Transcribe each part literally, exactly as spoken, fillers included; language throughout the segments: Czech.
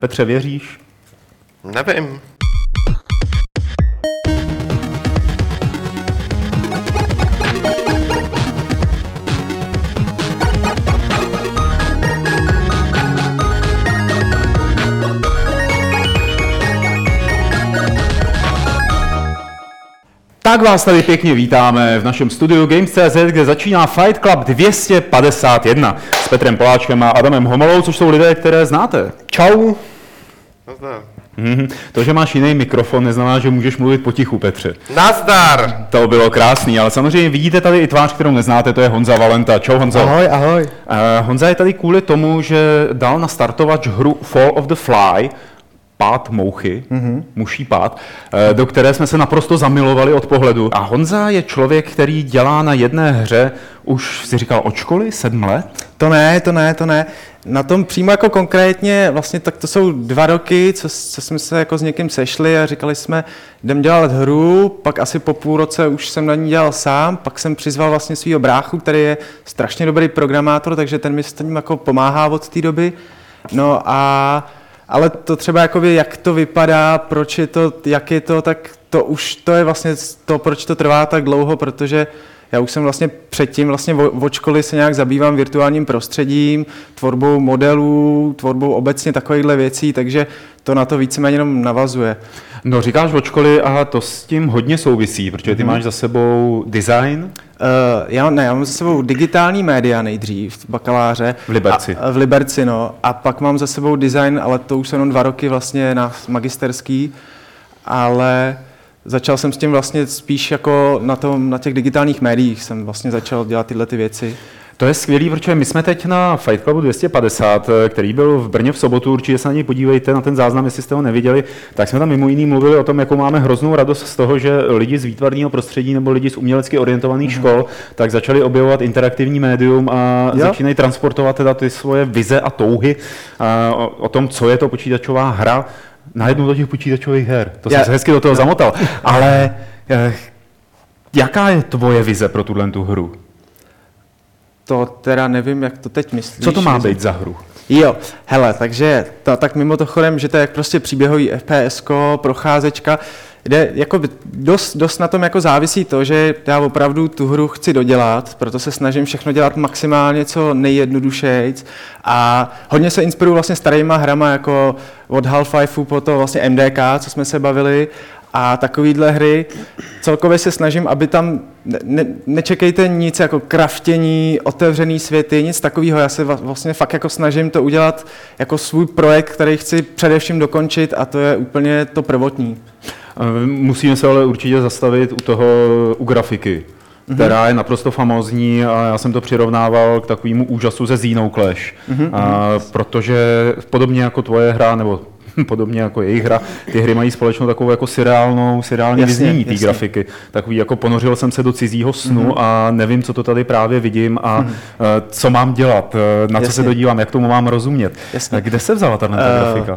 Petře, věříš? Nevím. Tak vás tady pěkně vítáme v našem studiu Games tečka cé zet, kde začíná Fight Club dvě stě padesát jedna s Petrem Poláčkem a Adamem Homolou, což jsou lidé, které znáte. Čau. Nazdar. Mm-hmm. To, že máš jiný mikrofon, neznamená, že můžeš mluvit potichu, Petře. Nazdar. To bylo krásný, ale samozřejmě vidíte tady i tvář, kterou neznáte, to je Honza Valenta. Čau, Honzo. Ahoj, ahoj. Uh, Honza je tady kvůli tomu, že dal na startovač hru Fall of the Fly, Pád mouchy, mm-hmm. muší pád, do které jsme se naprosto zamilovali od pohledu. A Honza je člověk, který dělá na jedné hře už, si říkal, od školy, sedm let? To ne, to ne, to ne. Na tom přímo jako konkrétně, vlastně tak to jsou dva roky, co, co jsme se jako s někým sešli a říkali jsme, jdem dělat hru, pak asi po půl roce už jsem na ní dělal sám, pak jsem přizval vlastně svýho bráchu, který je strašně dobrý programátor, takže ten mi s tím jako pomáhá od té doby. No a ale to třeba jakoby, jak to vypadá, proč je to, jak je to, tak to už to je vlastně to, proč to trvá tak dlouho, protože já už jsem vlastně předtím vlastně od školy se nějak zabývám virtuálním prostředím, tvorbou modelů, tvorbou obecně takovýchhle věcí, takže to na to víceméně jenom navazuje. No říkáš od školy a to s tím hodně souvisí, protože ty mm-hmm. máš za sebou design? Uh, já, ne, já mám za sebou digitální média nejdřív v bakaláře. V Liberci. A, v Liberci, no. A pak mám za sebou design, ale to už jsem jenom dva roky vlastně na magisterský, ale začal jsem s tím vlastně spíš jako na, tom, na těch digitálních médiích jsem vlastně začal dělat tyhle ty věci. To je skvělý, protože my jsme teď na Fight Clubu dvě stě padesát, který byl v Brně v sobotu, určitě se na něj podívejte, na ten záznam, jestli jste ho neviděli, tak jsme tam mimo jiný mluvili o tom, jakou máme hroznou radost z toho, že lidi z výtvarného prostředí nebo lidi z umělecky orientovaných mm. škol, tak začali objevovat interaktivní médium a jo. začínají transportovat teda ty svoje vize a touhy a o, o tom, co je to počítačová hra, na jednu do těch počítačových her. To jsem se hezky do toho zamotal. Ale eh, jaká je tvoje vize pro tuhle tu hru? To teda nevím, jak to teď myslíš. Co to má být za hru? Jo, hele, takže to, tak mimo to chodem, že to je jak prostě příběhový F P S ko, procházečka, kde jako dost, dost na tom jako závisí to, že já opravdu tu hru chci dodělat, proto se snažím všechno dělat maximálně co nejjednodušejc a hodně se inspiruju vlastně starýma hrama jako od Half-Lifeu po to vlastně M D K, co jsme se bavili, a takovýhle hry celkově se snažím, aby tam ne, nečekejte nic jako kraftění, otevřený světy, nic takového. Já se vlastně fakt jako snažím to udělat jako svůj projekt, který chci především dokončit a to je úplně to prvotní. Musíme se ale určitě zastavit u toho, u grafiky, mm-hmm. která je naprosto famózní a já jsem to přirovnával k takovému úžasu ze Xenoclash, mm-hmm. a, protože podobně jako tvoje hra, nebo podobně jako jejich hra, ty hry mají společnou takovou jako seriálnou, seriální vyznění té grafiky. Takový jako ponořil jsem se do cizího snu mm-hmm. a nevím, co to tady právě vidím a mm-hmm. co mám dělat, na co jasně. se dodívám, jak tomu mám rozumět. Jasně. Kde se vzala ta uh, grafika?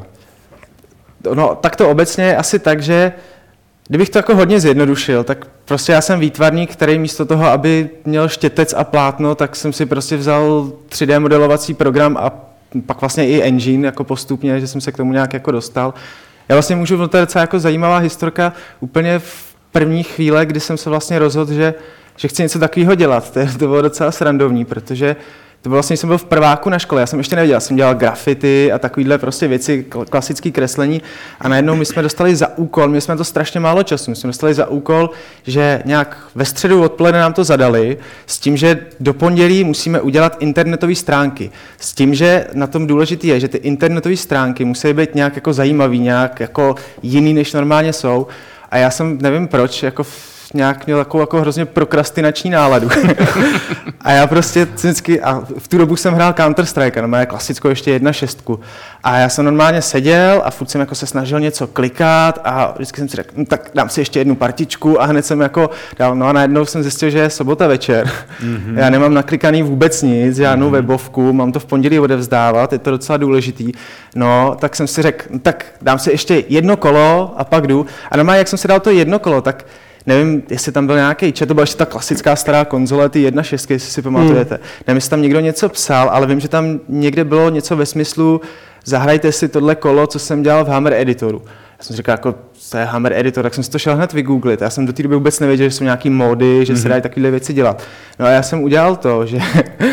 No, tak to obecně je asi tak, že kdybych to jako hodně zjednodušil, tak prostě já jsem výtvarník, který místo toho, aby měl štětec a plátno, tak jsem si prostě vzal tři dé modelovací program a pak vlastně i engine jako postupně, že jsem se k tomu nějak jako dostal. Já vlastně můžu, to je docela jako zajímavá historka, úplně v první chvíle, kdy jsem se vlastně rozhodl, že, že chci něco takového dělat. To, je, to bylo docela srandovní, protože to bylo vlastně, jsem byl v prváku na škole, já jsem ještě nevěděl, jsem dělal grafity a takovýhle prostě věci, klasické kreslení a najednou my jsme dostali za úkol, my jsme to strašně málo času, my jsme dostali za úkol, že nějak ve středu odpoledne nám to zadali s tím, že do pondělí musíme udělat internetové stránky. S tím, že na tom důležitý je, že ty internetové stránky musí být nějak jako zajímavý, nějak jako jiný, než normálně jsou a já jsem, nevím proč, jako nějak měl takovou jako hrozně prokrastinační náladu. A já prostě vždycky, a v tu dobu jsem hrál Counter-Strike, no má klasickou ještě jedna šestku. A já jsem normálně seděl a furt jsem jako se snažil něco klikat a vždycky jsem si řekl, no, tak dám si ještě jednu partičku a hned jsem jako dal, no a najednou jsem zjistil, že je sobota večer. Mm-hmm. Já nemám naklikaný vůbec nic, žádnou mm-hmm. webovku, mám to v pondělí odevzdávat, je to docela důležitý. No, tak jsem si řekl, no, tak dám si ještě jedno kolo a pak jdu. A normálně, jak jsem si dal to jedno kolo, tak nevím, jestli tam byl nějaký chat, to byla ještě ta klasická stará konzole, ty jedna šest, jestli si pamatujete. Hmm. Nevím, jestli tam někdo něco psal, ale vím, že tam někde bylo něco ve smyslu, zahrajte si tohle kolo, co jsem dělal v Hammer Editoru. Já jsem říkal, jako, to je Hammer Editor, tak jsem si to šel hned vygooglit. Já jsem do té doby vůbec nevěděl, že jsou nějaký módy, že mm-hmm. se dají takovéhle věci dělat. No a já jsem udělal to, že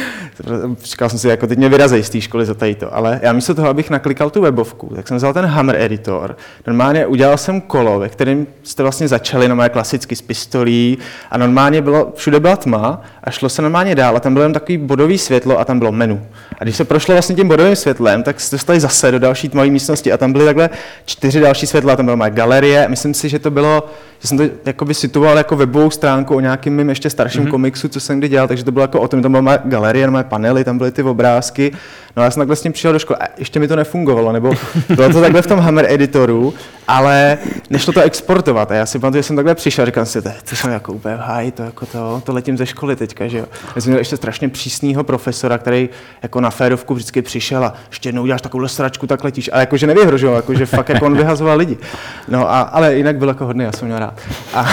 říkal jsem si, jako teď mě vyrazej z té školy za tady to, ale já místo toho, abych naklikal tu webovku, tak jsem vzal ten Hammer Editor. Normálně udělal jsem kolo, ve kterém jste vlastně začali normálně klasicky s pistolí a normálně bylo, všude byla tma a šlo se normálně dál a tam bylo jen takový bodový světlo a tam bylo menu. A když se prošlo vlastně tím bodovým světlem, tak jste dostali zase do další tmavé místnosti a tam byly takhle čtyři další světla, tam byla moje galerie. Myslím si, že to bylo, že jsem to jakoby situoval jako webovou stránku o nějakým mým ještě starším mm-hmm. komiksu, co jsem kdy dělal, takže to bylo jako o tom, tam byla moje galerie, moje panely, tam byly ty obrázky. No a já jsem takhle s tím přišel do školy a ještě mi to nefungovalo, nebo bylo to takhle v tom Hammer Editoru, ale nešlo to exportovat. A já si pamatuju, že jsem takhle přišel a říkal si, to jsem jako úplně v háji, to, jako to, to letím ze školy teďka, že jo. Já jsem měl ještě strašně přísného profesora, který jako na férovku vždycky přišel a ještě jednou uděláš takovou sračku, tak letíš. A jakože nevyhrožoval, jakože fakt jako on vyhazoval lidi. No a, ale jinak byl jako hodný, já jsem měl rád. A,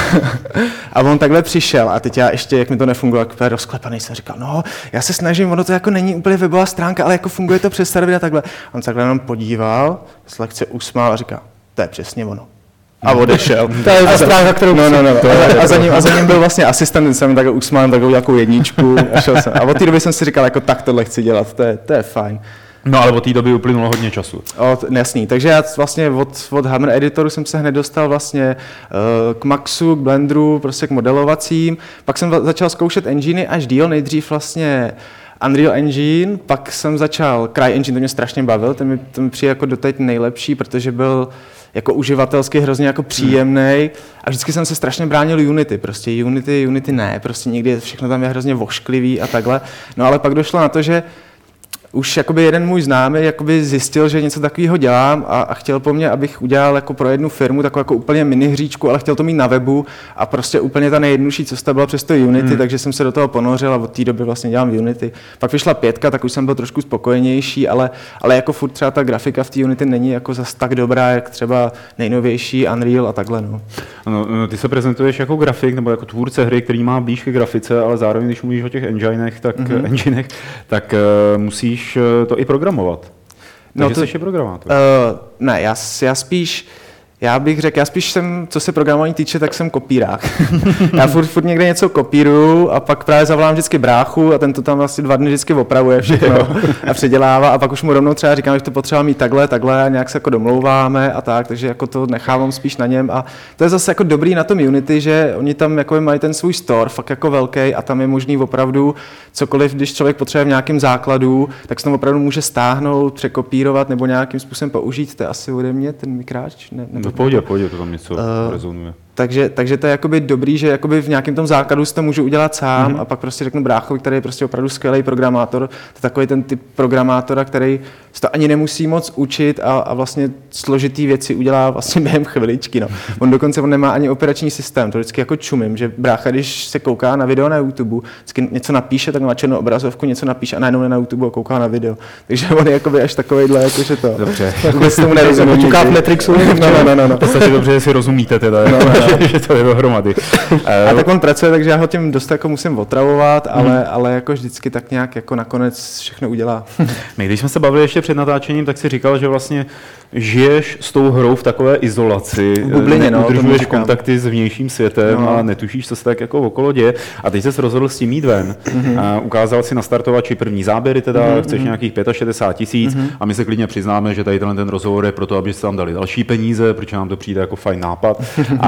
a on takhle přišel a teď já ještě, jak mi to nefungovalo, jako rozklepaný, jsem říkal, no, já se snažím, ono to jako není úplně webová stránka, ale jako funguje to přes server a takhle. A on se takhle jenom podíval, z lekce usmál a říká, to je přesně ono. A odešel. To je ta stránka, kterou no, no, no, no. A, a, za ním, a za ním byl vlastně asistent, jsem takhle usmál, takovou nějakou jedničku a šel jsem. A od té doby jsem si říkal, jako tak tohle chci dělat, to je, to je fajn. No ale od té doby uplynulo hodně času. Od, jasný, takže já vlastně od, od Hammer Editoru jsem se hned dostal vlastně uh, k Maxu, k Blenderu, prostě k modelovacím. Pak jsem začal zkoušet enginy až díl, nejdřív vlastně Unreal Engine, pak jsem začal CryEngine, to mě strašně bavil, ten mi, to mi přijde jako doteď nejlepší, protože byl jako uživatelsky hrozně jako příjemnej a vždycky jsem se strašně bránil Unity, prostě Unity, Unity ne, prostě někdy všechno tam je hrozně vošklivý a takhle, no ale pak došlo na to, že už jakoby jeden můj známý jakoby zjistil, že něco takového dělám a, a chtěl po mně, abych udělal jako pro jednu firmu takovou jako úplně mini hříčku, ale chtěl to mít na webu a prostě úplně ta nejjednodušší cesta byla přes to Unity, hmm. takže jsem se do toho ponořil a od té doby vlastně dělám Unity. Pak vyšla pětka, tak už jsem byl trošku spokojenější, ale, ale jako furt třeba ta grafika v té Unity není jako zas tak dobrá, jak třeba nejnovější Unreal a takhle. No. No, no, ty se prezentuješ jako grafik nebo jako tvůrce hry, který má blíž ke grafice, ale zároveň, když mluvíš o těch enginech, tak, mm-hmm. enginech, tak uh, musíš to i programovat. Takže no to, jsi je programátor. Uh, ne, já, já spíš, já bych řekl, já spíš jsem, co se programování týče, tak jsem kopírák. Já furt, furt někde něco kopíruju a pak právě zavolám vždycky bráchu a ten to tam asi dva dny vždycky opravuje všechno a předělává a pak už mu rovnou třeba říkám, že to potřeba mít takhle, takhle a nějak se jako domlouváme a tak, takže jako to nechávám spíš na něm a to je zase jako dobrý na tom Unity, že oni tam jako mají ten svůj store, fakt jako velký a tam je možný opravdu cokoliv, když člověk potřebuje v nějakém základu, tak se tam opravdu může stáhnout, překopírovat nebo nějakým způsobem použít, to je asi ode mě ten mikráč, ne, No pojď, pojď, to tam něco uh, rezonuje. Takže, takže to je jakoby dobrý, že jakoby v nějakém tom základu si to můžu udělat sám mm-hmm. a pak prostě řeknu bráchovi, který je prostě opravdu skvělý programátor, to je takový ten typ programátora, který se to ani nemusí moc učit a, a vlastně složitý věci udělá vlastně během chviličky. No. On dokonce on nemá ani operační systém, to vždycky jako čumím, že brácha, když se kouká na video na YouTube, vždycky něco napíše, tak na černou obrazovku něco napíše a najednou na YouTube a kouká na video. Takže on je jakoby až takovejhle, jakože to. Dobře. Vůbec tomu nerozumím. Kouká v Matrixu. No, no, no, no. V podstatě dobře, že si rozumíte teda. No, no. Že to je dohromady. A tak on pracuje, takže já ho tím dost jako musím otravovat, ale, hmm. ale jako vždycky tak nějak jako nakonec všechno udělá. My když jsme se bavili ještě před natáčením, tak si říkal, že vlastně žiješ s tou hrou v takové izolaci, v bublině, no, udržuješ kontakty s vnějším světem no. a netušíš, co se tak jako okolo děje. A teď jsi rozhodl s tím jít ven. Mm-hmm. A ukázal si na startovači první záběry, teda mm-hmm. chceš nějakých šedesát pět tisíc mm-hmm. a my se klidně přiznáme, že tady tenhle ten rozhovor je proto, aby se tam dali další peníze, protože nám to přijde jako fajn nápad.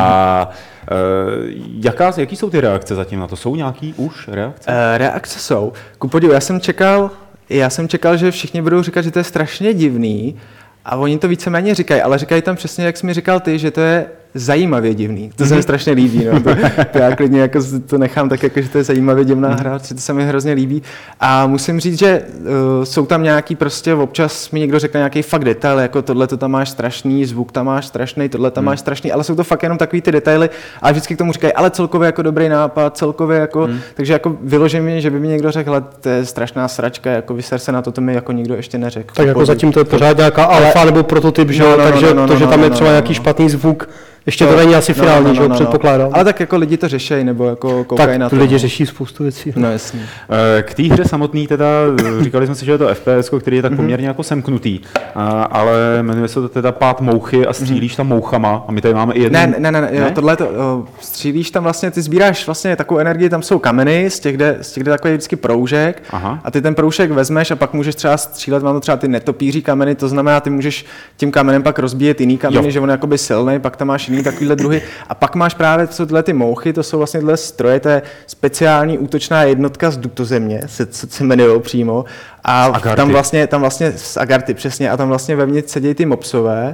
A Uh, jaká, jaký jsou ty reakce zatím na to? Jsou nějaký už reakce? Uh, reakce jsou. Ku podivu, já jsem čekal, já jsem čekal, že všichni budou říkat, že to je strašně divný a oni to víceméně říkají, ale říkají tam přesně, jak jsi mi říkal ty, že to je zajímavě divný. To se mi strašně líbí. No. To, to já klidně jako to nechám tak, jako, že to je zajímavě divná hra, že to se mi hrozně líbí. A musím říct, že uh, jsou tam nějaký prostě, občas mi někdo řekne nějaký fakt detail, jako tohle to tam máš strašný, zvuk tam máš strašný, tohle tam máš strašný, ale jsou to fakt jenom takový ty detaily a vždycky k tomu říkají, ale celkově jako dobrý nápad, celkově jako, hmm. takže jako vyloženě, že by mi někdo řekl, to je strašná sračka, jako vyser se na to, to mi jako nikdo ještě neřekl. Tak jako zatím to je pořád nějaká alfa nebo prototyp, že jo, no, no, takže no, no, no, to, že tam je třeba nějaký špatný zvuk, Ještě to, to není asi finální, no, no, no, že no, předpokládám. Ale tak jako lidi to řeší, nebo jako koukají na to. Tak lidi no. řeší spoustu věcí. No jasně. K té hře samotný teda, říkali jsme si, že je to F P S, který je tak poměrně jako semknutý, ale jmenuje se to teda Pád mouchy a střílíš tam mouchama a my tady máme i jednu... Ne, ne, ne, ne? Jo, tohle to, jo, střílíš tam vlastně, ty sbíráš vlastně takovou energii, tam jsou kameny, z těch, kde, z těch, kde takový vždycky proužek. Aha. A ty ten proužek vezmeš a pak můžeš třeba střílet, mám to třeba ty netopíří kameny, to znamená, ty můžeš tím kamenem pak rozbíjet jiný kameny, jo. Že on je jakoby silný, pak tam máš jiný takovýhle druhy. A pak máš právě to jsou tyhle ty mouchy, to jsou vlastně tyhle stroje, to je speciální útočná jednotka z Dutozemě, se, se jmenujou přímo. A tam vlastně, tam vlastně z Agarty, přesně, a tam vlastně vevnitř sedí ty mopsové.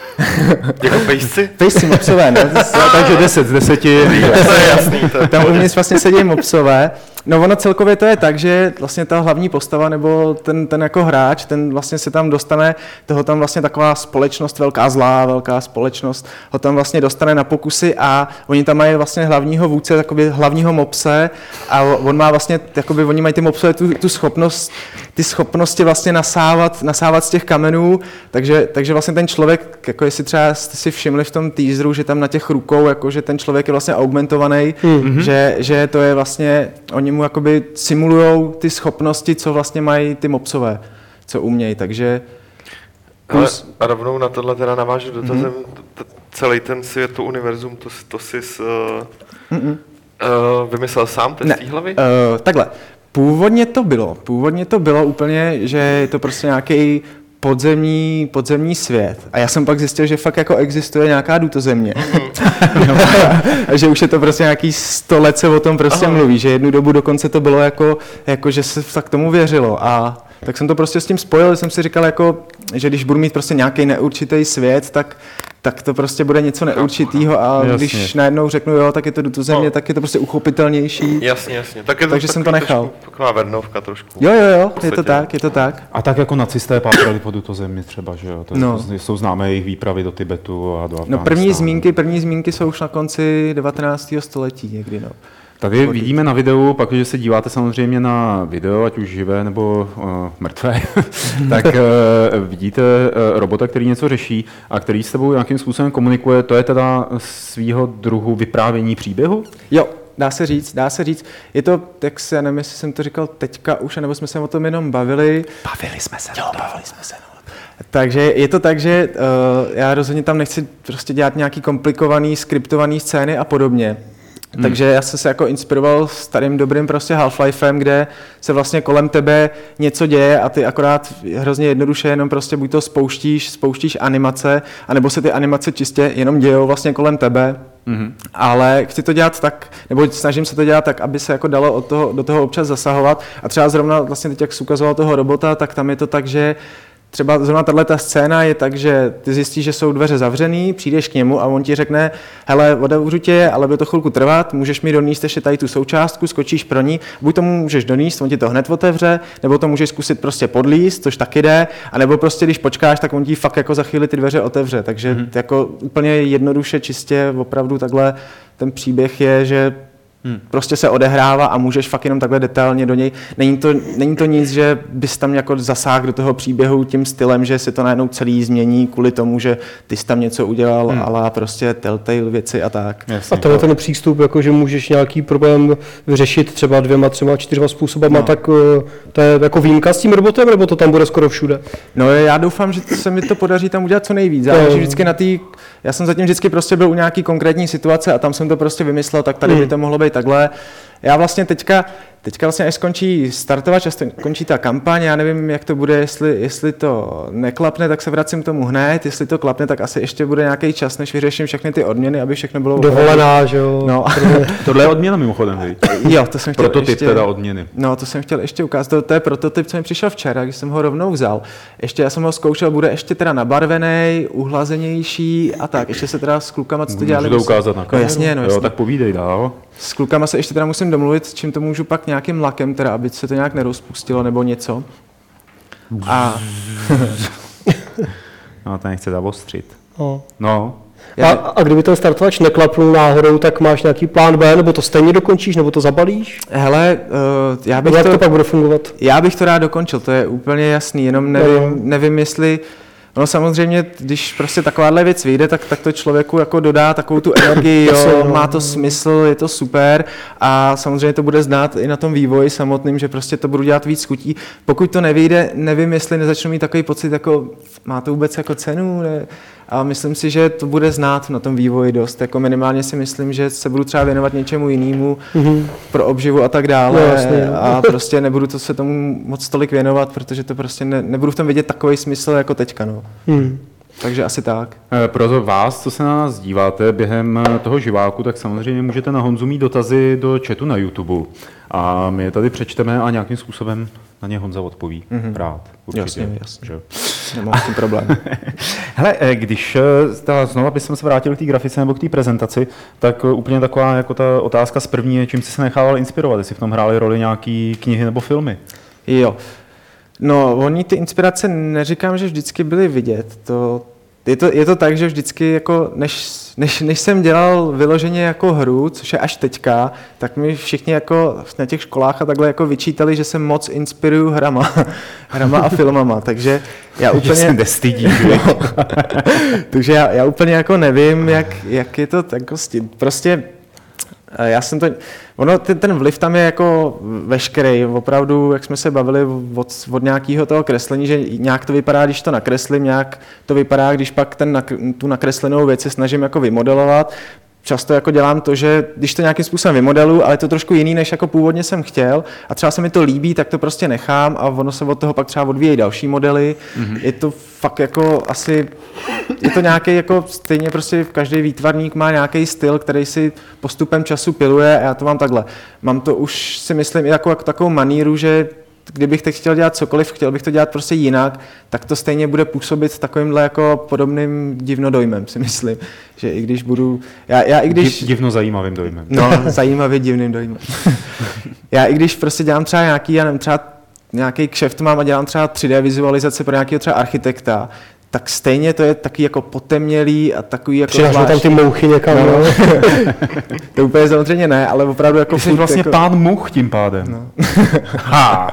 Jako pejsci? Pejsci mopsové, no. Takže deset z deseti. To je jasný. To. Tam uvnitř vlastně sedí mopsové. No ono celkově to je tak, že vlastně ta hlavní postava nebo ten, ten jako hráč, ten vlastně se tam dostane, toho tam vlastně taková společnost, velká zlá, velká společnost, ho tam vlastně dostane na pokusy a oni tam mají vlastně hlavního vůdce, takový hlavního mopse a on má vlastně, jakoby oni mají ty mopsové tu, tu schopnost, ty schopnosti vlastně nasávat, nasávat z těch kamenů, takže, takže vlastně ten člověk, jako jestli třeba jste si všimli v tom teaseru, že tam na těch rukou, jako že ten člověk je vlastně augmentovaný, mm-hmm. že, že to je vlastně, oni mu jakoby simulujou ty schopnosti, co vlastně mají ty mopsové, co umějí, takže... Ale a rovnou na tohle teda navážu dotazem, mm-hmm. celý ten svět, to univerzum, to, to jsi s, uh, uh, vymyslel sám, to je z té hlavy? Uh, takhle, původně to bylo, původně to bylo úplně, že je to prostě nějaký podzemní, podzemní svět. A já jsem pak zjistil, že fakt jako existuje nějaká Dutozemě. no, a že už je to prostě nějaký sto let se o tom prostě Aha. mluví, že jednu dobu dokonce to bylo jako, jako že se tak tomu věřilo. A tak jsem to prostě s tím spojil, jsem si říkal, jako, že když budu mít prostě nějaký neurčitý svět, tak tak to prostě bude něco neurčitýho a jasně. Když najednou řeknu jo, tak je to Dutozemě, no. Tak je to prostě uchopitelnější. Jasně, jasně. Tak je to takže jsem to nechal. Taková Vernovka trošku. Jo, jo, jo, je to tak, je to tak. A tak jako nacisté pátrali po Dutozemi třeba, že jo? To, no. to jsou známé jejich výpravy do Tibetu a do Afghánistánu. No první zmínky, první zmínky jsou už na konci devatenáctého století někdy, no. Tady vidíme na videu, pak když se díváte samozřejmě na video, ať už živé nebo uh, mrtvé, tak uh, vidíte uh, robota, který něco řeší a který s tebou nějakým způsobem komunikuje. To je teda svýho druhu vyprávění příběhu? Jo, dá se říct, dá se říct. Je to, tak se, nevím, jestli jsem to říkal teďka už, nebo jsme se o tom jenom bavili. Bavili jsme se. Jo, bavili jsme se. No. Takže je to tak, že uh, já rozhodně tam nechci prostě dělat nějaký komplikovaný, skriptovaný scény a podobně. Hmm. Takže já jsem se jako inspiroval starým dobrým prostě Half-Lifem, kde se vlastně kolem tebe něco děje a ty akorát hrozně jednoduše jenom prostě buď to spouštíš, spouštíš animace, anebo se ty animace čistě jenom dějou vlastně kolem tebe. Mm-hmm. Ale chci to dělat tak, nebo snažím se to dělat tak, aby se jako dalo od toho, do toho občas zasahovat. A třeba zrovna vlastně teď, jak jsi ukazoval toho robota, tak tam je to tak, že třeba zrovna tato scéna je tak, že ty zjistíš, že jsou dveře zavřený, přijdeš k němu a on ti řekne, hele, otevřu tě, ale bude to chvilku trvat, můžeš mi donést ještě tady tu součástku, skočíš pro ní, buď to můžeš donést, on ti to hned otevře, nebo to můžeš zkusit prostě podlíst, což taky jde, a nebo prostě když počkáš, tak on ti fakt jako za chvíli ty dveře otevře, takže mm-hmm. jako úplně jednoduše, čistě, opravdu takhle ten příběh je, že Hmm. prostě se odehrává a můžeš fakt jenom takhle detailně do něj. Není to, není to nic, že bys tam jako zasáhl do toho příběhu tím stylem, že se to najednou celý změní kvůli tomu, že ty jsi tam něco udělal, hmm. ale prostě telltale věci a tak. Jasně. A tenhle ten přístup, jako že můžeš nějaký problém vyřešit třeba dvěma, třema, čtyřma způsobama, no. tak to je jako výjimka s tím robotem, nebo to tam bude skoro všude? No já doufám, že se mi to podaří tam udělat co nejvíc. Záleží vždycky na tý, já jsem zatím vždycky prostě byl u nějaký konkrétní situace a tam jsem to prostě vymyslel, tak tady hmm. by to mohlo být takhle. Já vlastně teďka, teďka vlastně až skončí startovač, až skončí ta kampaň, já nevím, jak to bude, jestli, jestli to neklapne, tak se vracím k tomu hned, jestli to klapne, tak asi ještě bude nějaký čas, než vyřeším všechny ty odměny, aby všechno bylo dovolená, že jo. No. Tohle je odměna mimochodem, viď? Jo, to jsem chtěl prototyp ještě, teda odměny. No, to jsem chtěl ještě ukázat, to, to je prototyp, co mi přišel včera, když jsem ho rovnou vzal. Ještě já jsem ho zkoušel, bude ještě teda nabarvený, uhlazenější a tak, ještě se teda s klukama, co to dělali. Můžu to ukázat na kameru? No jasně, no jasně. Jo, tak povídej dál. S klukama se ještě teda musím domluvit, čím to můžu pak nějakým lakem, teda, aby se to nějak nerozpustilo nebo něco. A... no, to nechce zavostřit. No. no. A, a kdyby ten startovač neklapnul náhodou, tak máš nějaký plán B, nebo to stejně dokončíš, nebo to zabalíš? Hele, uh, já bych Jak to... to pak bude fungovat? Já bych to rád dokončil, to je úplně jasný, jenom nevím, nevím jestli... ono samozřejmě, když prostě takováhle věc vyjde, tak, tak to člověku jako dodá takovou tu energii, jo, má to smysl, je to super a samozřejmě to bude znát i na tom vývoji samotným, že prostě to budu dělat víc chutí. Pokud to nevyjde, nevím, jestli nezačnu mít takový pocit, jako má to vůbec jako cenu, ne? A myslím si, že to bude znát na tom vývoji dost. Jako minimálně si myslím, že se budu třeba věnovat něčemu jinému mm-hmm. pro obživu a tak dále. No, jasně, a prostě nebudu to se tomu moc tolik věnovat, protože to prostě ne, nebudu v tom vidět takový smysl jako teďka. No. Mm. Takže asi tak. Pro vás, co se na nás díváte během toho živáku, tak samozřejmě můžete na Honzu mít dotazy do chatu na YouTube. A my je tady přečteme a nějakým způsobem na ně Honza odpoví. Mm-hmm. Rád. Určitě. Jasně, jasně. Že? Nemám s tím problém. Hele, když ta, znova bychom se vrátil k té grafice nebo k té prezentaci, tak úplně taková jako ta otázka z první je, čím jsi se nechával inspirovat, jestli v tom hrály roli nějaký knihy nebo filmy? Jo. No, oni ty inspirace neříkám, že vždycky byly vidět. To, je, to, je to tak, že vždycky, jako, než, než, než jsem dělal vyloženě jako hru, což je až teďka, tak mi všichni jako na těch školách a takhle jako vyčítali, že se moc inspiruju hrama, hrama a filmama, takže já úplně... Že se nestydí, no, takže já, já úplně jako nevím, jak, jak je to jako prostě... Já jsem to, ono, ten, ten vliv tam je jako veškerý, opravdu, jak jsme se bavili od, od nějakého toho kreslení, že nějak to vypadá, když to nakreslím, nějak to vypadá, když pak ten, tu nakreslenou věc se snažím jako vymodelovat. Často jako dělám to, že když to nějakým způsobem vymodelu, ale je to trošku jiný, než jako původně jsem chtěl a třeba se mi to líbí, tak to prostě nechám a ono se od toho pak třeba odvíjejí další modely. Mm-hmm. Je to fakt jako asi, je to nějaký jako stejně prostě každý výtvarník má nějaký styl, který si postupem času piluje a já to mám takhle. Mám to už si myslím i jako, jako takovou maníru, že kdybych teď chtěl dělat cokoliv, chtěl bych to dělat prostě jinak, tak to stejně bude působit takovýmhle jako podobným divnodojmem, si myslím. Že i když budu... Já, já i když... Div, divno zajímavým dojmem. No, zajímavě divným dojmem. Já i když prostě dělám třeba nějaký, já nevím, třeba nějaký kšeft mám a dělám třeba tři dé vizualizace pro nějakého třeba architekta, tak stejně to je taky jako potemnělý a takový jako zvláštní. Tam ty mouchy někam, no. To úplně samozřejmě ne, ale opravdu jako... Jsi vlastně jako... pán much tím pádem. No. Ha.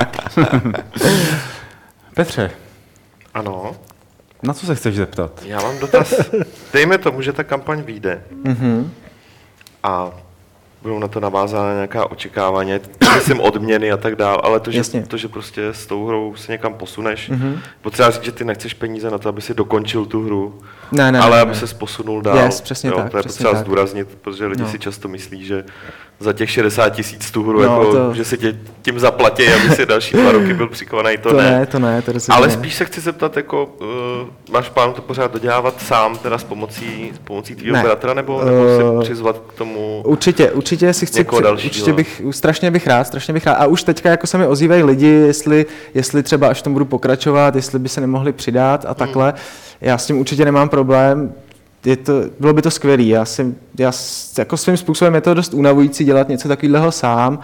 Petře. Ano. Na co se chceš zeptat? Já mám dotaz. Dejme tomu, že ta kampaň vyjde. Mm-hmm. A budou na to navázána nějaká očekávání, myslím odměny a tak dál, ale to, že, to, že prostě s tou hrou se někam posuneš, mm-hmm. potřeba říct, že ty nechceš peníze na to, aby si dokončil tu hru, ne, ne, ale ne, aby ne. ses posunul dál. Yes, přesně jo, tak, to je přesně potřeba tak. zdůraznit, protože lidi no. si často myslí, že za těch šedesát tisíc tu hru, no, jako, to... že si tě tím zaplatí, aby si další dva roky byl přikovaný, to, to ne. ne. To ne, to ale ne. spíš se chci zeptat, jako, uh, máš plán to pořád dodělávat sám, teda s pomocí, s pomocí tvýho bratra, nebo, nebo uh, si přizvat k tomu určitě, určitě si chci, určitě bych, strašně bych rád, strašně bych rád. A už teďka jako se mi ozývají lidi, jestli, jestli třeba až v tom budu pokračovat, jestli by se nemohli přidat a takhle. Hmm. Já s tím určitě nemám problém. Je to, bylo by to skvělý. Já si, já, jako svým způsobem je to dost unavující dělat něco takového sám,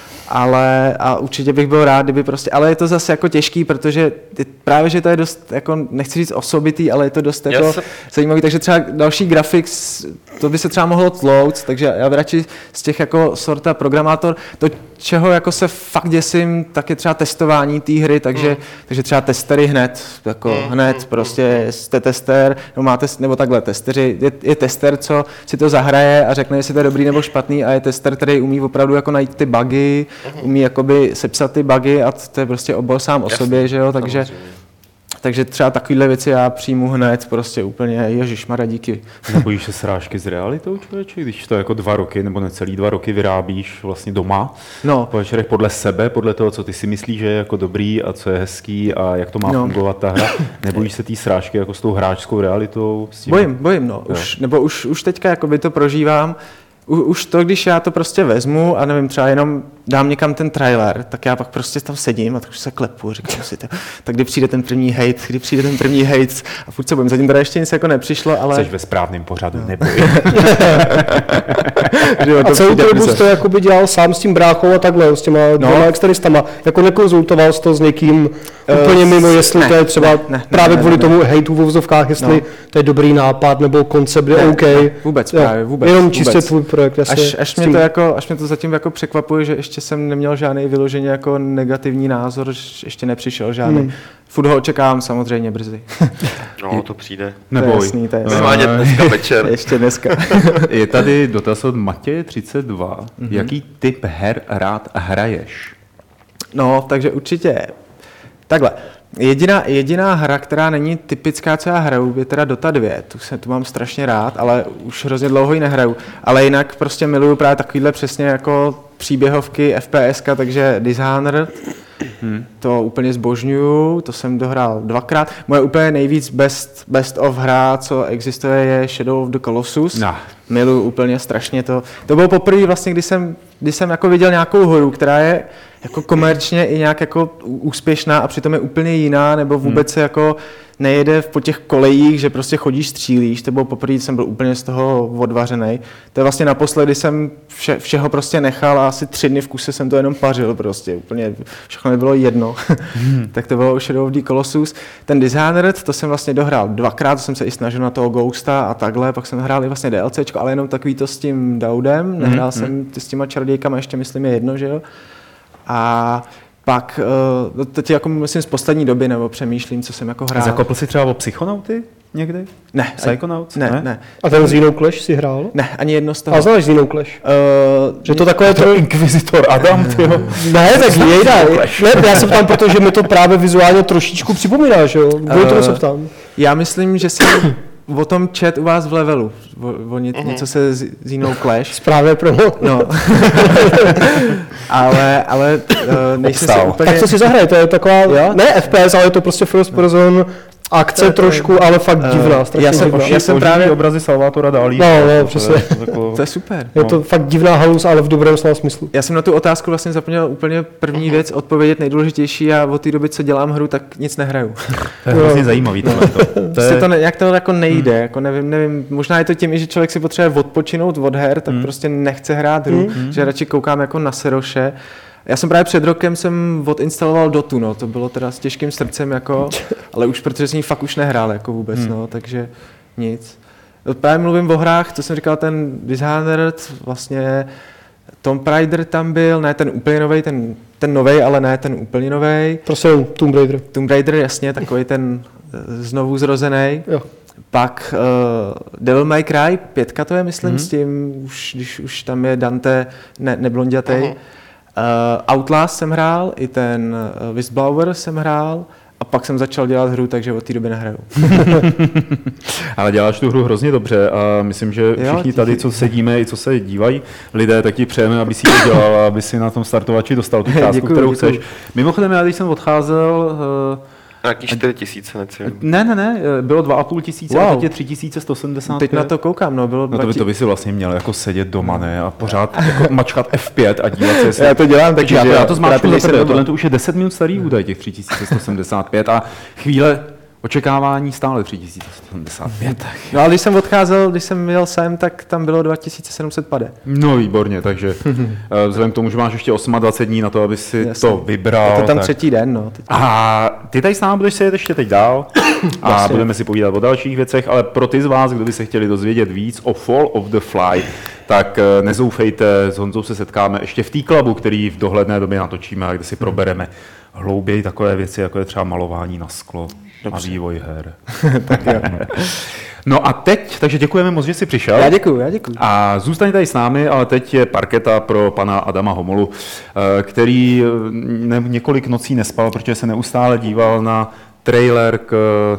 ale a určitě bych byl rád, kdyby prostě, ale je to zase jako těžký, protože právě, že to je dost, jako nechci říct osobitý, ale je to dost jako se... zajímavý, takže třeba další graphics, to by se třeba mohlo tlouct, takže já radši z těch jako sorta programátor, to čeho jako se fakt děsím, tak je třeba testování té hry, takže, mm. takže třeba testery hned, jako mm. hned, prostě jste tester, nebo máte, nebo takhle testeři, je, je tester, co si to zahraje a řekne, jestli to je dobrý nebo špatný a je tester, který umí opravdu jako najít ty bugy, mm. umí jakoby sepsat ty bugy a to je prostě obor sám o sobě, že jo, takže takže třeba takovýhle věci já přijmu hned, prostě úplně, ježišmarja, díky. Nebojíš se srážky s realitou, člověče, když to jako dva roky nebo necelý dva roky vyrábíš vlastně doma, no. po večerech podle sebe, podle toho, co ty si myslíš, že je jako dobrý a co je hezký a jak to má no. fungovat ta hra. Nebojíš se té srážky jako s tou hráčskou realitou? S tím? Bojím, bojím, no. Už, nebo už, už teďka jakoby to prožívám. U, už to, když já to prostě vezmu a nevím, třeba jenom dám někam ten trailer, tak já pak prostě tam sedím a tak už se klepu, říkám si to, tak kdy přijde ten první hate, kdy přijde ten první hate a furt se bojím, zatím teda ještě nic jako nepřišlo, ale... Jseš ve správném pořadu, no. Neboj. A celou tu dobu jsi to jakoby dělal sám s tím bráchou a takhle, s těma no. dvěma externistama, jako nekonzultoval jsi to s někým uh, úplně mimo, jestli ne, to je třeba ne, ne, právě ne, kvůli ne, tomu hejtu v uvozovkách, jestli no. to je dobrý nápad nebo koncept je ne, OK. Ne, vůbec, jo, právě, vůbec. Jenom vůbec. čistě tvůj projekt. Až, až, mě to jako, až mě to zatím jako překvapuje, že ještě jsem neměl žádný vyloženě jako negativní názor, ještě nepřišel žádný. Hmm. Furt ho očekávám samozřejmě brzy. No, to přijde. Neboj. To je jasný, to je jasný. Zvánět dneska večer. Ještě dneska. Je tady dotaz od Matěje třicet dva. Mm-hmm. Jaký typ her rád hraješ? No, takže určitě takhle. Jediná, jediná hra, která není typická, co já hraju, je teda Dota dva. Tu, se, tu mám strašně rád, ale už hrozně dlouho ji nehraju. Ale jinak prostě miluju právě takovýhle přesně jako příběhovky, FPSka, takže Dishonored. Hmm. To úplně zbožňuju, to jsem dohrál dvakrát. Moje úplně nejvíc best, best of hra, co existuje, je Shadow of the Colossus. No. Miluju úplně strašně to. To bylo poprvé vlastně, kdy jsem, kdy jsem jako viděl nějakou hru, která je jako komerčně i nějak jako úspěšná a přitom je úplně jiná, nebo vůbec se hmm. jako nejede po těch kolejích, že prostě chodíš, střílíš. To bylo poprvé, jsem byl úplně z toho odvařenej. To je vlastně naposledy jsem vše, všeho prostě nechal a asi tři dny v kuse jsem to jenom pařil prostě. Úplně všechno mi bylo jedno. Hmm. Tak to bylo Shadow of the Colossus. Ten Dishonored, to jsem vlastně dohrál dvakrát, to jsem se i snažil na toho Ghosta a takhle, pak jsem hrál i vlastně DLCčko, ale jenom takový to s tím Daudem. Nehrál hmm. jsem ty s těma čarodějkama, ještě myslím je jedno, že jo. A pak, uh, teď jako myslím z poslední doby, nebo přemýšlím, co jsem jako hrál. Zakopl si třeba o Psychonauty někdy? Ne. Psychonauts? Ne, ne, ne. A ten Xenoclash si hrál? Ne, ani jedno z toho. A znáš Xenoclash? Uh, že to takové... To Inquisitor Adam, tyjo. Ne, tak jejda. Ne, já se ptám, protože mi to právě vizuálně trošičku připomíná, že jo? Kvůli uh, tomu se ptám. Já myslím, že jsem o tom chat u vás v levelu. O, o ně, uh-huh. něco se Xenoclash. Správně pro no. ale, ale uh, nejsem si úplně... Tak co si zahraj, to je taková, jo? Ne F P S, ale je to prostě first person akce trošku, ale fakt divná. Uh, já jsem, divná. já jsem právě obrazy Salvatora Dalí. No, no, přesně. To, to je super. Je to no. fakt divná halus, ale v dobrém slova smyslu. Já jsem na tu otázku vlastně zapomněl úplně první věc odpovědět nejdůležitější a od té doby, co dělám hru, tak nic nehraju. To je hrozně zajímavý tohle. To, to, je... to ne, jak to jako nejde, hmm. jako nevím, nevím, možná je to tím, že člověk si potřebuje odpočinout od her, tak hmm. prostě nechce hrát hru, hmm. že radši koukám jako na seroše. Já jsem právě před rokem jsem odinstaloval Dotu, no, to bylo teda s těžkým srdcem, jako, ale už protože jsem ji fakt už nehrál jako vůbec, hmm. no, takže nic. Právě mluvím o hrách, co jsem říkal, ten Dishonored, vlastně Tomb Raider tam byl, ne ten úplně novej, ten, ten novej, ale ne ten úplně novej. Prosím, Tomb Raider. Tomb Raider, jasně, takový ten znovu zrozenej. Jo. Pak uh, Devil May Cry, pětka to je, myslím, hmm. s tím, už, když už tam je Dante ne, neblondětej. Uh-huh. Uh, Outlast jsem hrál, i ten uh, Whistleblower jsem hrál a pak jsem začal dělat hru, takže od té doby nehraju. Ale děláš tu hru hrozně dobře a myslím, že všichni tady, co sedíme i co se dívají lidé, tak ti přejeme, aby si to dělal a aby si na tom startovači dostal tu částku, děkuju, kterou děkuju. chceš. Mimochodem, já když jsem odcházel... Uh, Nějaký čtyři tisíce, necím. Ne, ne, ne, bylo dva a půl tisíce, wow. a teď je tři tisíce sto sedmdesát pět. Teď na to koukám, no, bylo no to by, to by si vlastně měl jako sedět doma, ne, a pořád jako mačkat F pět a dívat se, jestli... Já to dělám taky, já to, že já to zmáčku za tebe, tohle to už je deset minut starý údaj, těch tři tisíce sto sedmdesát pět a chvíle očekávání stále tři tisíce sto sedmdesát pět. No ale když jsem odcházel, když jsem jel sem, tak tam bylo dva tisíce sedm set padesát. No výborně, takže vzhledem k tomu, že máš ještě dvacet osm dní na to, aby si Jasně. to vybral. Je to tam tak... třetí den, no. Teď... A ty tady s námi budeš sedět ještě teď dál a Jasně. budeme si povídat o dalších věcech, ale pro ty z vás, kdo by se chtěli dozvědět víc o Fall of the Fly, tak nezoufejte, s Honzou se setkáme ještě v T-Clubu, který v dohledné době natočíme a kde si probereme hlouběji takové věci, jako je třeba malování na sklo. Dobře. A vývoj her. Tak jo. No a teď, takže děkujeme moc, že jsi přišel. Já děkuju, já děkuju. A zůstaň tady s námi, ale teď je parketa pro pana Adama Homolu, který ne, několik nocí nespal, protože se neustále díval na trailer k...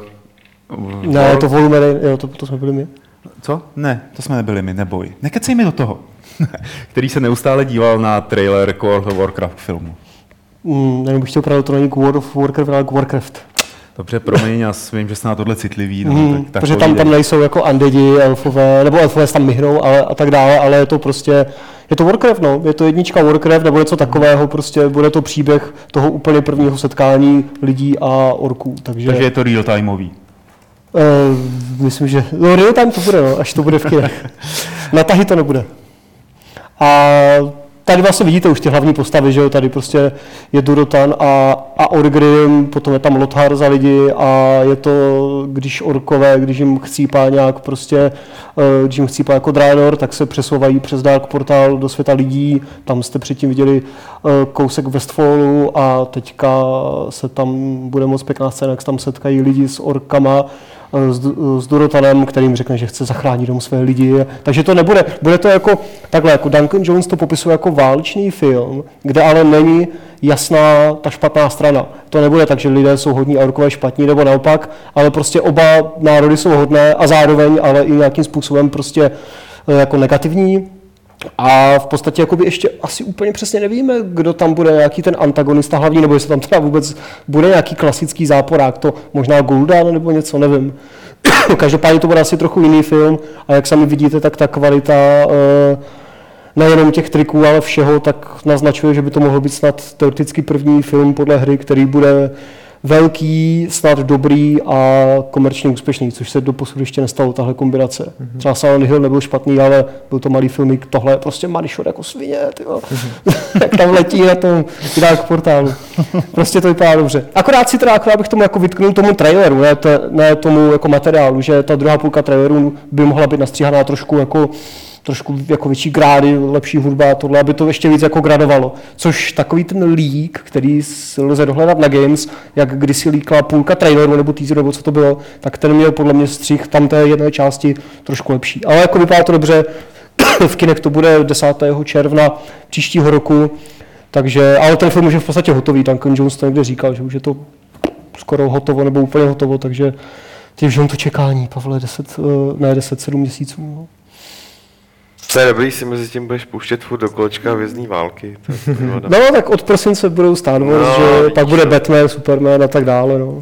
Ne, to volume, jo, to, to jsme byli my. Co? Ne, to jsme nebyli my, neboj. Nekecej mi do toho. Který se neustále díval na trailer k World of Warcraft filmu. Mm, nevím, bych chtěl právě to není k World of Warcraft, ale k Warcraft. Dobře, promiň, já vím, že jste na tohle citlivý. No, mm, tak, tak protože tam, tam nejsou jako undeadi, elfové, nebo elfové tam myhnou ale, a tak dále, ale je to prostě, je to Warcraft, no, je to jednička Warcraft, nebo něco takového, prostě bude to příběh toho úplně prvního setkání lidí a orků. Takže, takže je to real-timeový. Uh, myslím, že, no real time to bude, no, až to bude v kinech. Na tahy to nebude. A tady vlastně vidíte už ty hlavní postavy, že jo, tady prostě je Durotan a, a Orgrim, potom je tam Lothar za lidi a je to, když orkové, když jim chcípá nějak prostě, když jim chcípá jako Draenor, tak se přesouvají přes Dark Portal do světa lidí, tam jste předtím viděli kousek Westfallu a teďka se tam bude moc pěkná scéna, jak se tam setkají lidi s orkama, S, s Durotanem, kterým řekne, že chce zachránit dom své lidi. Takže to nebude, bude to jako takhle, jako Duncan Jones to popisuje jako válečný film, kde ale není jasná ta špatná strana. To nebude tak, že lidé jsou hodní a orkové špatní, nebo naopak, ale prostě oba národy jsou hodné a zároveň, ale i nějakým způsobem prostě jako negativní. A v podstatě jakoby ještě asi úplně přesně nevíme, kdo tam bude nějaký ten antagonista hlavní, nebo jestli tam teda vůbec bude nějaký klasický záporák, to možná Gul'dan nebo něco, nevím. Každopádně to bude asi trochu jiný film a jak sami vidíte, tak ta kvalita nejenom těch triků, ale všeho, tak naznačuje, že by to mohl být snad teoreticky první film podle hry, který bude velký, snad dobrý a komerčně úspěšný, což se doposud ještě nestalo, tahle kombinace. Mm-hmm. Třeba Silent Hill nebyl špatný, ale byl to malý filmik, tohle je prostě money shot jako svině, mm-hmm. Jak tam letí na tom Dark Portálu. Prostě to vypadá dobře. Akorát si teda, akorát bych tomu jako vytknul tomu traileru, ne, te, ne tomu jako materiálu, že ta druhá půlka traileru by mohla být nastříhaná trošku jako trošku jako větší grády, lepší hudba a tohle, aby to ještě víc jako gradovalo. Což takový ten leak, který lze dohledat na Games, jak kdysi líkla půlka traileru nebo teaseru, nebo co to bylo, tak ten měl podle mě střih tam té jedné části trošku lepší. Ale jako vypadá to dobře, v kinech to bude desátého června příštího roku, takže, ale ten film už je v podstatě hotový, Duncan Jones to někde říkal, že už je to skoro hotovo nebo úplně hotovo, takže už on to čekání, Pavle, deset, ne deset, sedm měsíců. No. To je dobrý, si mezi tím budeš pouštět furt do kolečka Hvězdný války. No, tak od prosince budou Star Wars, no, že pak bude Batman, Superman a tak dále. No.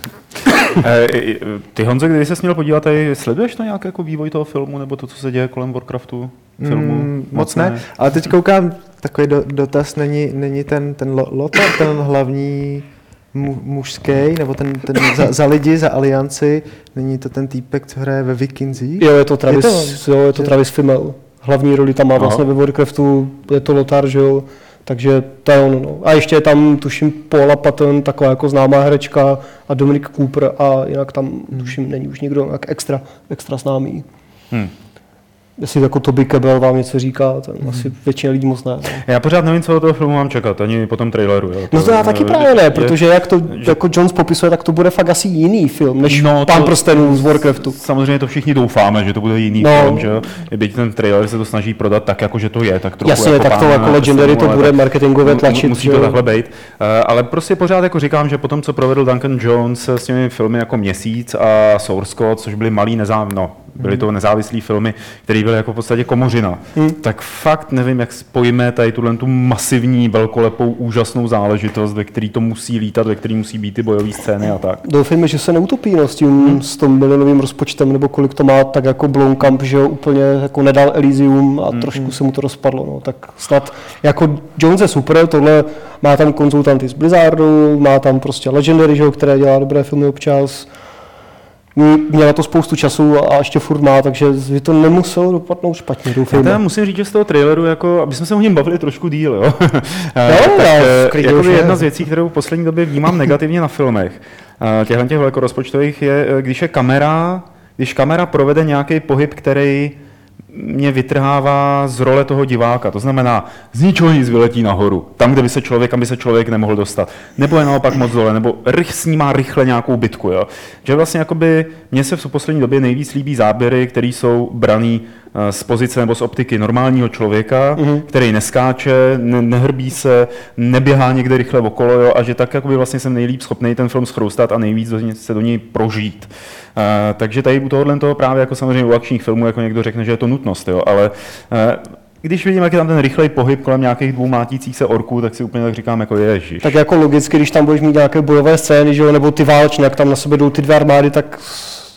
Ty, Honzo, když jsi měl podívat, tady sleduješ to nějak jako vývoj toho filmu, nebo to, co se děje kolem Warcraftu filmu? Mm, moc ne, ale teď koukám, takový do, dotaz, není, není ten, ten Lothar, ten hlavní mu, mužský, nebo ten, ten za, za lidi, za alianci, není to ten týpek, co hraje ve Vikingzích? Jo, je to Travis, je to, jo, je to Travis Fimmel. Hlavní roli tam má vlastně ve Warcraftu, je to Lothar, že jo, takže to je ono. No. A ještě je tam, tuším, Paula Patton, taková jako známá herečka a Dominic Cooper a jinak tam, hmm. tuším, není už nikdo jak extra, extra známý. Hmm. Jestli jako Toby Kebbell vám něco říká, ten hmm. asi většina lidí moc ne. Já pořád nevím, co od toho filmu mám čekat, ani po tom traileru. Jo. No to já taky právě ne, protože jak to že, jako Jones popisuje, tak to bude fakt asi jiný film, než no, Pán prstenů z Warcraftu. Samozřejmě to všichni doufáme, že to bude jiný no. film, že jo. Byť ten trailer se to snaží prodat tak, jako že to je, tak trochu jasně, jako tak to jako Legendary to bude marketingové tlačit. Musí to takhle být. Ale prostě pořád jako říkám, že potom, co provedl Duncan Jones s těmi filmy jako Měsíc a Source Code, což byly malý nezávislí, no, byly to nezávislý filmy, které byly jako v podstatě komořina. Hmm. Tak fakt nevím, jak spojíme tady tuhle tu masivní, velkolepou, úžasnou záležitost, ve který to musí lítat, ve který musí být ty bojové scény a tak. Doufejme, že se neutopí no, s tím hmm. s tom milionovým rozpočtem, nebo kolik to má, tak jako Blomkamp, že jo, úplně jako nedal Elysium a hmm. trošku se mu to rozpadlo. No. Tak snad, jako Jones je super, tohle má tam konzultanty z Blizzardu, má tam prostě Legendary, že jo, které dělá dobré filmy občas. Měla to spoustu času a ještě furt má, takže by to nemuselo dopadnout špatně, doufejme. Já musím říct, že z toho traileru, jako, aby jsme se o něm bavili trošku díl, jo. No, tak, jako jedna z věcí, kterou v poslední době vnímám negativně na filmech, těchto těch velkorozpočtových, je, když je kamera, když kamera provede nějaký pohyb, který mě vytrhává z role toho diváka. To znamená, z ničeho nic vyletí nahoru, tam, kde by se člověk, aby se člověk nemohl dostat. Nebo je naopak moc dole, nebo rych snímá rychle nějakou bitku. Jo? Že vlastně jakoby, mně se v poslední době nejvíc líbí záběry, které jsou braný z pozice nebo z optiky normálního člověka, mm-hmm. který neskáče, ne- nehrbí se, neběhá někde rychle okolo, jo? A že tak jakoby vlastně jsem nejlíp schopný ten film schroustat a nejvíc do, se do něj prožít. Uh, takže tady u tohohle toho právě jako samozřejmě u akčních filmů jako někdo řekne, že je to nutnost, jo? Ale uh, když vidím, jak je tam ten rychlej pohyb kolem nějakých dvou mlátících se orků, tak si úplně tak říkám, jako ježiš. Tak jako logicky, když tam budeš mít nějaké bojové scény, že jo, nebo ty válečné, jak tam na sebe jdou ty dvě armády, tak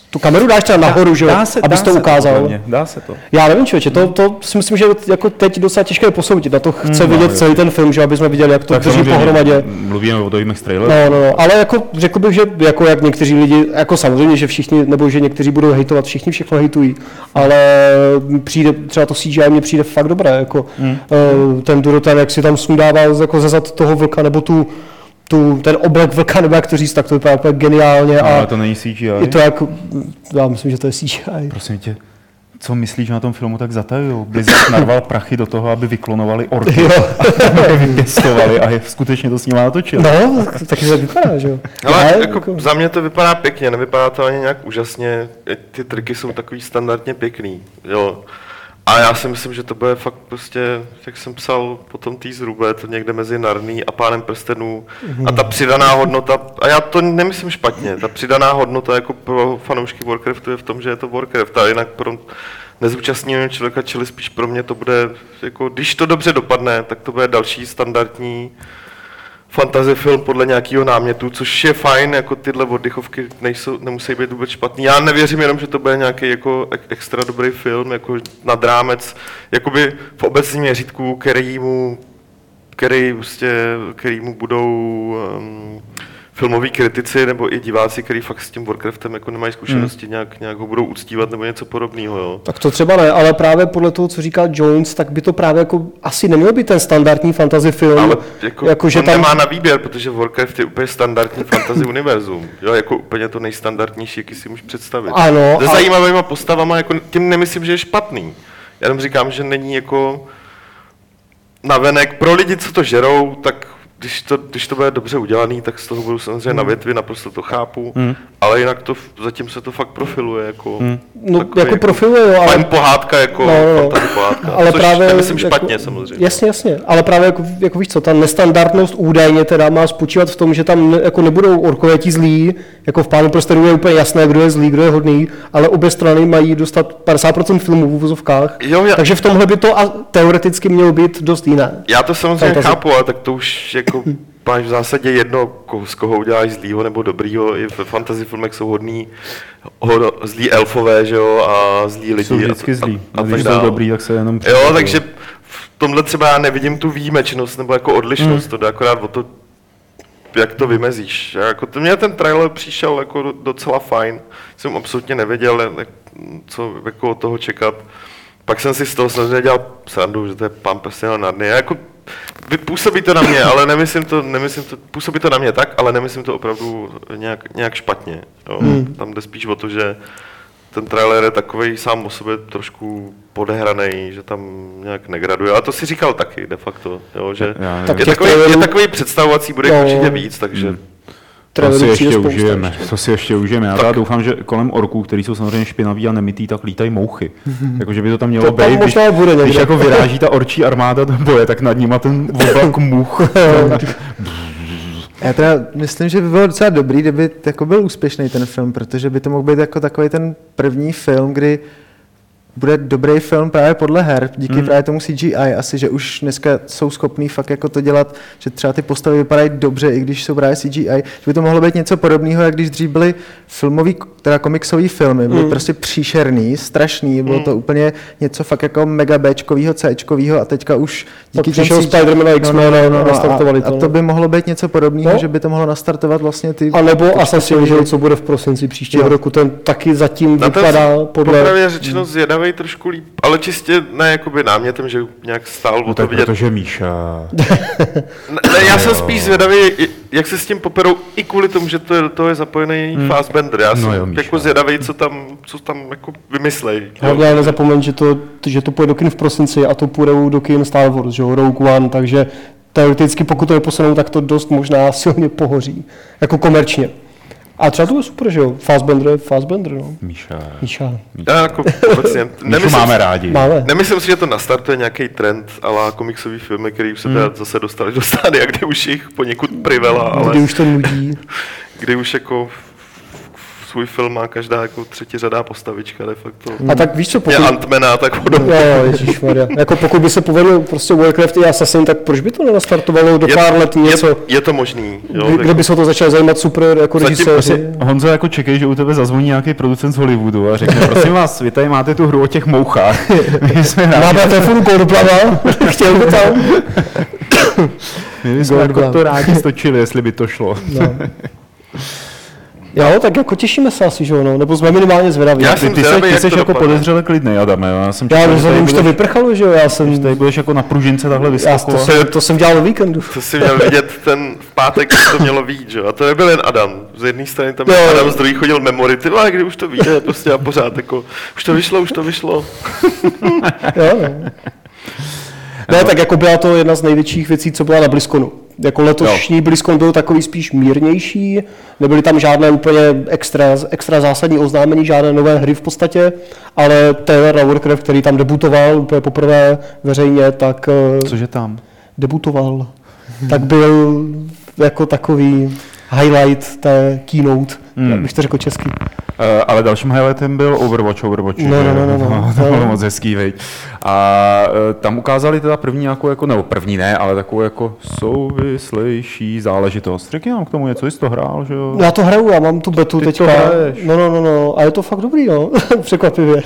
tu kameru dáš třeba nahoru, že jo, abys to ukázal. Dá se to. Já nevím, člověče, to, to si myslím, že jako teď docela těžké posoudit. Na to chce hmm, vidět no, celý ten film, že aby jsme viděli, jak to drží pohromadě. Mluvíme o dojmech z traileru. No, no, no, ale jako řekl bych, že jako jak někteří lidi, jako samozřejmě, že všichni, nebo že někteří budou hejtovat, všichni všechno hejtují, ale přijde, třeba to C G I mně přijde fakt dobré, jako hmm. uh, ten Durotan, jak si tam sundával jako ze zad toho vlka, nebo tu Tu, ten oblek vlka, nebo jak to říct, tak to vypadá úplně geniálně. No, ale to není C G I. Je to jako, já myslím, že to je C G I. Prosím tě, co myslíš, že na tom filmu tak zatajujou? Blizzard narval prachy do toho, aby vyklonovali orky, aby vypěstovali a je skutečně to s nimi natočil. No, taky to vypadá, že jo. Ale jako, jako za mě to vypadá pěkně, nevypadá to ani nějak úžasně, ty triky jsou takový standardně pěkný, jo. A já si myslím, že to bude fakt prostě, jak jsem psal po tom teaseru, bude to někde mezi Narní a Pánem prstenů. A ta přidaná hodnota, a já to nemyslím špatně, ta přidaná hodnota jako pro fanoušky Warcraftu je v tom, že je to Warcraft, a jinak pro nezúčastněného člověka, čili spíš pro mě to bude, jako, když to dobře dopadne, tak to bude další standardní fantasy film podle nějakého námětu, což je fajn, jako tyhle oddychovky nejsou, nemusí být vůbec špatný. Já nevěřím jenom, že to bude nějaký jako extra dobrý film, jako nad rámec, jakoby v obecním měřítku, kterýmu, který, prostě, kterýmu budou um, filmoví kritici nebo i diváci, kteří fakt s tím Warcraftem jako nemají zkušenosti, hmm. nějak, nějak ho budou uctívat nebo něco podobného. Jo. Tak to třeba ne, ale právě podle toho, co říkal Jones, tak by to právě jako asi neměl být ten standardní fantasy film. Ale jako, jako že on tam nemá na výběr, protože Warcraft je úplně standardní fantasy univerzum. Jo, jako úplně to nejstandardnější, jaký si můžeš představit. Ano. Se a... zajímavýma postavama, jako tím nemyslím, že je špatný. Já jenom říkám, že není jako navenek pro lidi, co to žerou, tak Když to, když to bude dobře udělaný, tak z toho budu samozřejmě hmm. na větvi, naprosto to chápu, hmm. ale jinak to, zatím se to fakt profiluje jako... Hmm. No, jako profiluje, jo, ale... pohádka, jako no, no, fantasy pohádka, ale což právě, nemyslím špatně jako, samozřejmě. Jasně, jasně, ale právě jako, jako víš co, ta nestandardnost údajně teda má spočívat v tom, že tam ne, jako nebudou orkové ti zlí, jako v Pánu prstenů je úplně jasné, kdo je zlý, kdo je hodný, ale obě strany mají dostat padesát procent filmů v uvozovkách, jo, já... takže v tomhle by to a teoreticky mělo být dost jiné. Já to samozřejmě fantasy. Chápu, ale tak to už jako... Máš v zásadě jedno, z koho uděláš zlýho nebo dobrýho. I ve fantasy filmech jsou hodný, ho, zlí elfové, že jo, a zlí lidi. Jsou vždycky zlí. A, a, a když jsou dobrý, tak se jenom... Jo, takže v tomhle třeba já nevidím tu výjimečnost nebo jako odlišnost, hmm. to jde akorát o to, jak to vymezíš. Já jako, to mě ten trailer přišel jako docela fajn. Jsem absolutně nevěděl, co jako od toho čekat. Pak jsem si z toho samozřejmě dělal srandu, že to je Pán prstenů a Narnie. Jako, působí to na mě, ale nemyslím to, nemyslím to, působí to na mě tak, ale nemyslím to opravdu nějak, nějak špatně. Jo. Hmm. Tam jde spíš o to, že ten trailer je takový sám o sobě trošku podehraný, že tam nějak negraduje. A to si říkal taky de facto, jo, že Já, je, takový, je takový představovací, bude no. určitě víc, takže... Hmm. To si ještě užijeme, to si ještě užijeme. Já teda doufám, že kolem orků, který jsou samozřejmě špinaví a nemitý, tak lítají mouchy. Jakože by to tam mělo to být, když, bude když jako vyráží ta orčí armáda do boje, tak nad nima ten oblak much. Já teda myslím, že by bylo docela dobrý, kdyby jako byl úspěšný ten film, protože by to mohl být jako takový ten první film, kdy bude dobrý film právě podle her, díky hmm. právě tomu C G I asi, že už dneska jsou schopní fakt jako to dělat, že třeba ty postavy vypadají dobře, i když jsou právě C G I, že by to mohlo být něco podobného, jak když dřív byly filmový, teda komiksový filmy, byly hmm. prostě příšerný, strašný, bylo hmm. to úplně něco fakt jako mega Bčkovýho, Cčkovýho a teďka už díky těm přišel Spider-Man a X-Men no, no, no, nastartovali to. A to by mohlo být něco podobného, no? Že by to mohlo nastartovat vlastně ty... A nebo Assassin, co bude v prosinci příštího jo. roku, ten taky zatím na vypadá podle... Popravě řečeno zvědavej trošku líp, ale čistě ne jakoby námětem, že nějak stál no o to vidět. Protože Míša... ne, ne, já jsem spíš zvědavý, jak se s tím poperou i kvůli tomu, že to je, to je zapojený hmm. Fassbender. Já jsem no jo, jako zvědavý, co tam, co tam jako vymyslej. Hlavně nezapomeň, že to, že to půjde do kin v prosinci a to půjde do kin Star Wars, že jo, Rogue One, takže teoreticky pokud to je posunou, tak to dost možná silně pohoří, jako komerčně. A třeba to je super, že jo? Fassbender je Fassbender, no. Míša. Míša. Já jako obecně, nemyslím, máme rádi. Máme. Nemyslím si, že to nastartuje nějaký trend ala komiksový filmy, který už se hmm. zase dostali do stádia, kde už jich poněkud privela, ale... Kdy už to nudí. Kdy už jako svůj film má každá jako třetiřadá postavička de facto. A tak víš co, pokud... Je Ant-Mana, tak podobně. No, ježišmarja. Jako pokud by se povedlo prostě Warcraft i Assassin, tak proč by to nenastartovalo do je, pár let něco? Je, je to možný. Jo, Kdy, kde by se to začalo zajímat super jako režiséři? Honzo, jako čekej, že u tebe zazvoní nějaký producent z Hollywoodu a řekne, prosím vás, vy tady máte tu hru o těch mouchách. My jsme Máme telefonu Goldblama, chtěl by tam. My jsme jako to rádi stočili, jestli by to šlo. No. Jo, tak jako těšíme se asi, že jo, no, nebo jsme minimálně zvědaví. Já Ty, jsem ty, zvědavý, ty jak jsi to jako dopadne. podezřele klidnej, Adame. Já jsem Já čekal, už že tady už to budeš- vyprchalo, že jo, já že jsem... tady budeš jako na pružince takhle Já to, vyskakovat. jsem, to jsem dělal o víkendu. To si měl vidět ten v pátek, když to mělo vyjít, že jo? A to nebyl jen Adam. Z jedné strany tam byl Jo. Adam, z druhé chodil Memory. Ty vole, kdy už to vyjde, prostě a pořád jako, už to vyšlo, už to vyšlo. Jo, no. Ne, tak jako byla to jedna z největších věcí, co byla na BlizzConu. Jako letošní BlizzCon byl takový spíš mírnější, nebyly tam žádné úplně extra, extra zásadní oznámení, žádné nové hry v podstatě, ale trailer na Warcraft, který tam debutoval úplně poprvé veřejně, tak Cože tam? debutoval, tak byl jako takový highlight té keynote, Hmm. jak bych to řekl česky. Uh, ale dalším highlightem byl Overwatch, Overwatch. No, no, no, no, no. To bylo moc hezký, veď. A uh, tam ukázali teda první nějakou, jako, nebo první ne, ale takovou jako souvislejší záležitost. Řekni nám k tomu něco, jsi to hrál, že jo? Já to hraju, já mám tu betu Ty teďka. to hraješ. No, no, no, no, a je to fakt dobrý, no, překvapivě.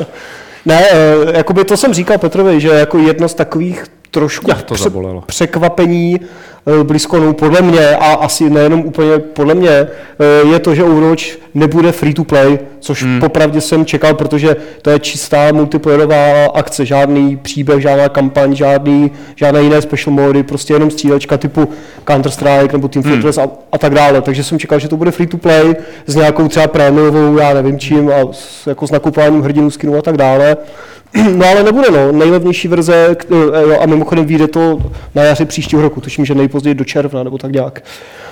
Ne, eh, jakoby to jsem říkal Petrovi, že jako jedno z takových trošku Jak to zabolelo. překvapení eh, BlizzConu podle mě, a asi nejenom úplně podle mě, eh, je to, že Overwatch nebude free to play, což hmm. popravdě jsem čekal, protože to je čistá multiplayerová akce, žádný příběh, žádná kampaň, žádný, žádné jiné special mody, prostě jenom střílečka typu Counter-Strike nebo Team Fortress hmm. a, a tak dále. Takže jsem čekal, že to bude free to play s nějakou třeba prémiovou, já nevím čím, a s, jako s nakupováním hrdinů, skinů a tak dále. No ale nebude, no. Nejlevnější verze, k- jo, a mimochodem vyjde to na jaře příštího roku, tuším, že nejpozději do června, nebo tak nějak.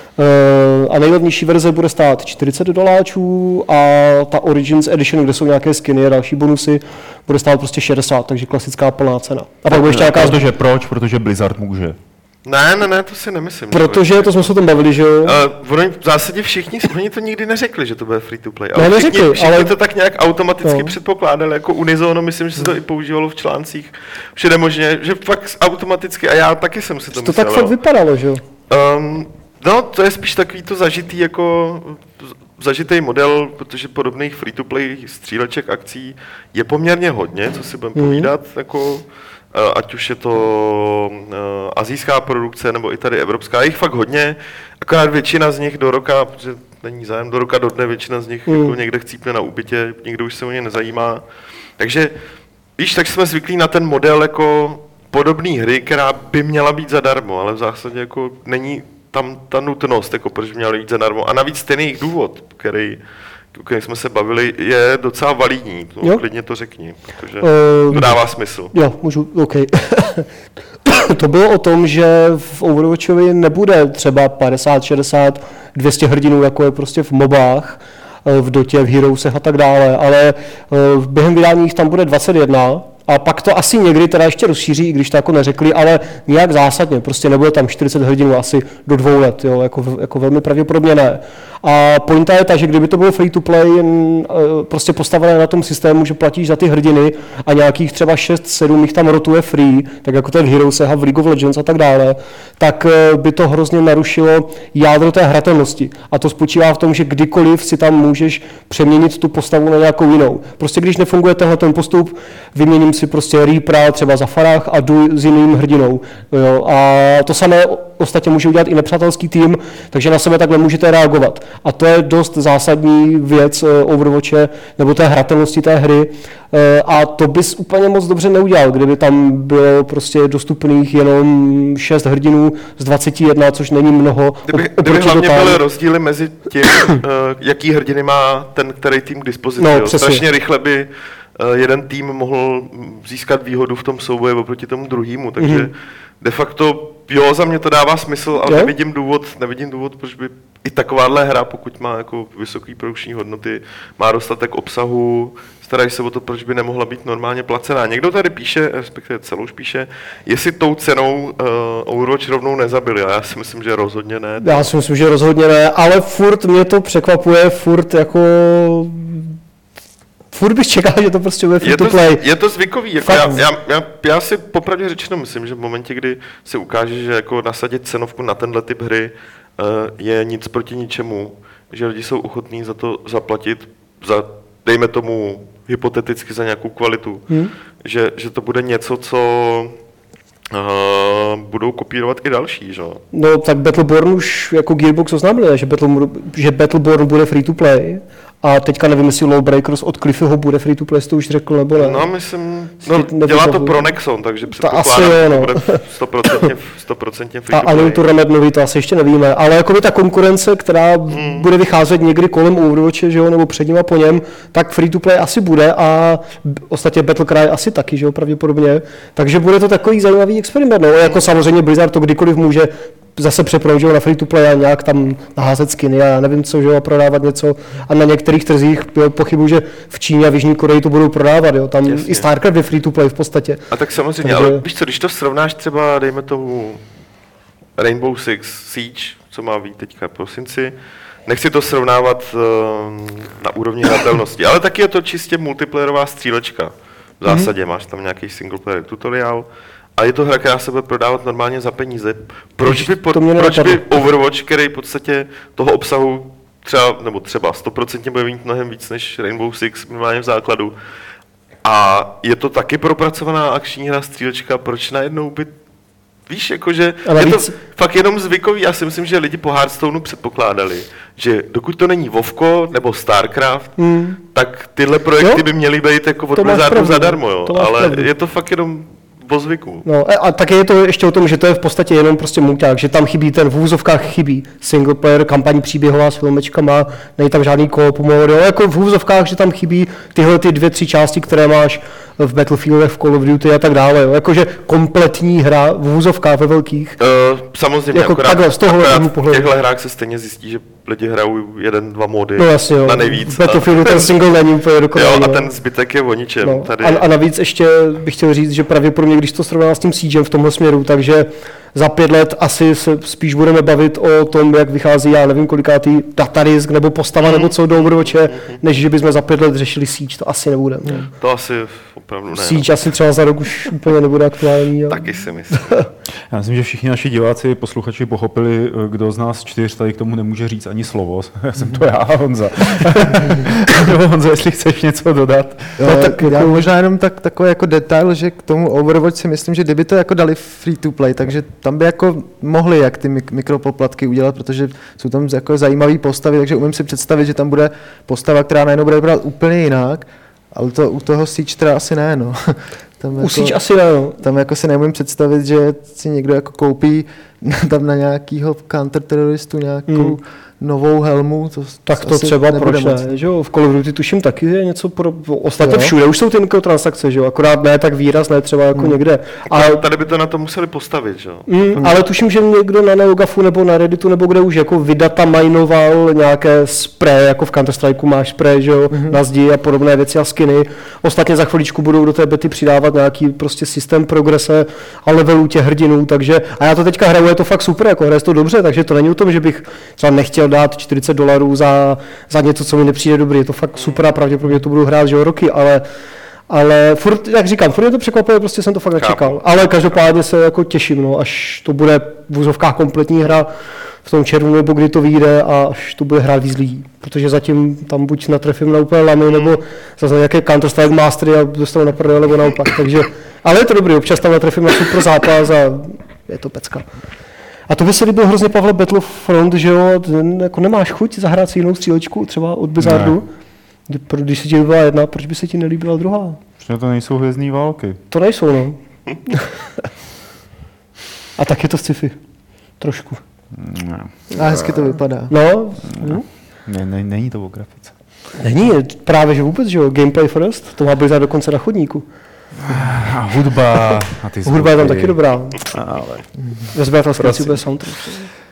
Eh, A nejlevnější verze bude stát čtyřicet doláčů a ta Origins Edition, kde jsou nějaké skiny a další bonusy, bude stát prostě šedesát, takže klasická plná cena. A pak bude ještě nějaká... Protože proč? Protože Blizzard může. Ne, ne, ne, to si nemyslím. Protože, to jsme se o tom bavili, že jo? Uh, oni v zásadě všichni, oni to nikdy neřekli, že to bude free to play, Ne, ale neřekli, všichni, všichni ale- to tak nějak automaticky No. předpokládali, jako unizono, myslím, že se to i používalo v článcích, všude možně, že fakt automaticky, a já taky jsem si to, To myslel. tak fakt jo. vypadalo, že jo? Um, no, to je spíš takový to zažitý jako zažitý model, protože podobných free-to-play stříleček akcí je poměrně hodně, co si budeme Mhm. povídat, jako eh, ať už je to uh, asijská produkce, nebo i tady evropská, je jich fakt hodně, akorát většina z nich do roka, protože není zájem do roka, do dne, většina z nich Mhm. jako někde chcípne na úbytě, nikdo už se o ně nezajímá. Takže víš, tak jsme zvyklí na ten model jako podobný hry, která by měla být zadarmo, ale v zásadě jako není tam ta nutnost, jako proč by měla být zadarmo. A navíc ten jejich důvod, který, o kterém jsme se bavili, je docela validní. Jo. No, klidně to řekni, protože Ehm, to dává smysl. Jo, můžu, OK. To bylo o tom, že v Overwatchovi nebude třeba padesát, šedesát, dvě stě hrdinů, jako je prostě v mobách, v Dotě, v Heroesech a tak dále, ale eh, během vydání jich tam bude dvacet jedna a pak to asi někdy teda ještě rozšíří, i když to jako neřekli, ale nějak zásadně, prostě nebude tam čtyřicet hrdinů asi do dvou let, jo, jako, jako velmi pravděpodobně ne. A pointa je ta, že kdyby to bylo free to play, jen, eh, prostě postavené na tom systému, že platíš za ty hrdiny a nějakých třeba šest sedm jich tam rotuje free, tak jako to je v Heroesech a v League of Legends a tak dále, tak eh, by to hrozně narušilo jádro té hratelnosti. A to spočívá v tom, že kdykoliv si tam můžeš přeměnit tu postavu na nějakou jinou. Prostě když nefunguje tenhle ten postup, vyměním si prostě Reapera třeba za Farah a jdu s jiným hrdinou. Jo. A to samé ostatně může udělat i nepřátelský tým, takže na sebe takhle můžete reagovat. A to je dost zásadní věc eh, Overwatche, nebo té hratelnosti té hry. Eh, A to bys úplně moc dobře neudělal, kdyby tam bylo prostě dostupných jenom šest hrdinů z dvacet jedna, což není mnoho. Kdyby, op- kdyby oproti hlavně Dotánu. byly rozdíly mezi tím, uh, jaký hrdiny má ten, který tým k dispozici. No, jo. přesně. Strašně rychle by uh, jeden tým mohl získat výhodu v tom souboji oproti tomu druhému, takže Mhm. de facto, jo, za mě to dává smysl, ale Jo? nevidím důvod, nevidím důvod, proč by i takováhle hra, pokud má jako vysoký produkční hodnoty, má dostatek obsahu, starají se o to, proč by nemohla být normálně placená. Někdo tady píše, respektive Celouš píše, jestli tou cenou uh, Overwatch rovnou nezabili, a já si myslím, že rozhodně ne. Já si myslím, že rozhodně ne, ale furt mě to překvapuje, furt jako... Furt bych čekal, že to prostě bude free to play. Je to zvykový, jako já, já, já, já si popravdě řečeno myslím, že v momentě, kdy se ukáže, že jako nasadit cenovku na tenhle typ hry uh, je nic proti ničemu, že lidi jsou ochotní za to zaplatit, za, dejme tomu hypoteticky za nějakou kvalitu, hmm. že, že to bude něco, co uh, budou kopírovat i další, že? No tak Battleborn už jako Gearbox oznámili, že, Battle, že Battleborn bude free to play. A teďka nevím, jestli Lawbreakers od Cliffyho bude free to play, to už řekl nebo ne. No, myslím, no, dělá to pro Nexon, takže předpokládám, že no. to bude sto procent free a to play. A Tournament nový, to asi ještě nevíme, ale jako by ta konkurence, která hmm. bude vycházet někdy kolem Overwatche, že jo, nebo před ním a po něm, tak free to play asi bude a ostatně Battlecry asi taky, že jo, pravděpodobně. Takže bude to takový zajímavý experiment, no, jako samozřejmě Blizzard to kdykoliv může zase přeprout, na free to play a nějak tam naházet skiny a já nevím co, že jo, a prodávat něco a na některých trzích jo, pochybuji, že v Číně a v Jižní Koreji to budou prodávat, jo, tam jasně. I StarCraft je free to play v podstatě. A tak samozřejmě, takže... ale víš co, když to srovnáš třeba, dejme tomu Rainbow Six Siege, co má být teďka v prosinci, nechci to srovnávat uh, na úrovni hratelnosti, ale taky je to čistě multiplayerová střílečka. V zásadě mm-hmm. máš tam nějaký single player tutoriál, a je to hra, která se bude prodávat normálně za peníze. Proč by, pod, proč by Overwatch, který v podstatě toho obsahu třeba, nebo třeba sto procent bude mít mnohem víc než Rainbow Six minimálně v základu. A je to taky propracovaná akční hra, střílečka, proč najednou by... Víš, jakože je to fakt jenom zvykový. Já si myslím, že lidi po Hearthstoneu předpokládali, že dokud to není WoWko nebo StarCraft, hmm. tak tyhle projekty jo? by měly být jako od Blizzardu zadarmo, jo. Ale pravdu. Je to fakt jenom... po zvyku. No a také je to ještě o tom, že to je v podstatě jenom prostě mulťák, že tam chybí ten, v úzovkách chybí single player, kampaň příběhová s filmečkama, není tam žádný co-op mode, jako v úzovkách, že tam chybí tyhle ty dvě, tři části, které máš v Battlefieldech, v Call of Duty a tak dále, jo. Jakože kompletní hra v úzovkách ve velkých. Uh, samozřejmě, jako akorát, takhle, z toho akorát v těchto hrách se stejně zjistí, že lidi hrajou jeden, dva mody no, jasně, na nejvíc. V Battlefieldu ten single není úplně dokonalý. Jo, a ten zbytek je o ničem. No. Tady. A, a navíc ještě bych chtěl říct, že pravděpodobně, když to srovná s tím Siegem v tomhle směru, takže za pět let asi se spíš budeme bavit o tom, jak vychází, já nevím, kolikátý datadisk nebo postava mm. nebo co do Overwatche, mm. než že bychom za pět let řešili Siege, to asi nebudeme. Mm. To asi opravdu ne. Siege asi třeba za rok už úplně nebude aktuální. Jo. Taky si myslím. Já myslím, že všichni naši diváci, posluchači pochopili, kdo z nás čtyř tady k tomu nemůže říct ani slovo. Já jsem to já, Honza. Nebo Honzo, jestli chceš něco dodat. Jo, no, tak jako možná jenom tak, takový jako detail, že k tomu Overwatch si myslím, že kdyby to jako dali free to play, takže tam by jako mohli jak ty mik- mikropoplatky udělat, protože jsou tam jako zajímavé postavy, takže umím si představit, že tam bude postava, která najednou bude vypadat úplně jinak, ale to u toho Siege teda asi ne, no. Tam u jako, Siege asi ne, no. Tam jako si neumím představit, že si někdo jako koupí tam na nějakýho counterteroristu nějakou hmm. novou helmu. To tak to třeba proč ne, že jo? V Call of Duty tuším taky je něco pro... Ostatně jo? Všude už jsou ty mikrotransakce, že jo? Akorát ne tak výrazné třeba jako hmm. někde. Ale tady by to na to museli postavit, že jo? Mm, hmm. Ale tuším, že někdo na NeoGafu nebo na Redditu nebo kde už jako vydata majnoval nějaké spray, jako v Counter-Strikeu máš spray, že jo? Hmm. Na zdi a podobné věci a skiny. Ostatně za chviličku budou do té bety přidávat nějaký prostě systém progrese a levelů těch hrdinů, takže a já to teďka hraju, je to fakt super, jako hraje to dobře, takže to není o tom, že bych třeba nechtěl dát čtyřicet dolarů za, za něco, co mi nepřijde dobrý, je to fakt super a pravděpodobně to budu hrát, že jo, roky, ale ale furt, jak říkám, furt mě to překvapuje, prostě jsem to fakt nečekal, ale každopádně se jako těším, no, až to bude v úzovkách kompletní hra v tom červnu, nebo kdy to vyjde a až to bude hrát víc lidí, protože zatím tam buď natrefím na úplně lamy, nebo zase nějaké Counter-Strike Mastery a dostanu na prdele, nebo naopak, takže, ale je to dobrý, občas tam natrefím na super zápas a je to pecka. A to by se líbil hrozně, Pavle, Battlefront, že jo, jako nemáš chuť zahrát si jinou střílečku, třeba od Blizzardu? Ne. Když se ti líbila jedna, proč by se ti nelíbila druhá? Protože to nejsou hvězdný války. To nejsou, no. A tak je to sci-fi. Trošku. Ne. A hezky to vypadá. No. no. Ne, ne, není to o grafice. Není, právě že vůbec, že jo, gameplay first, to má Blizzard dokonce na chodníku. A hudba a ty hudba je tam taky dobrá. Ale... Vezme tam zkrácí bude soundtrack.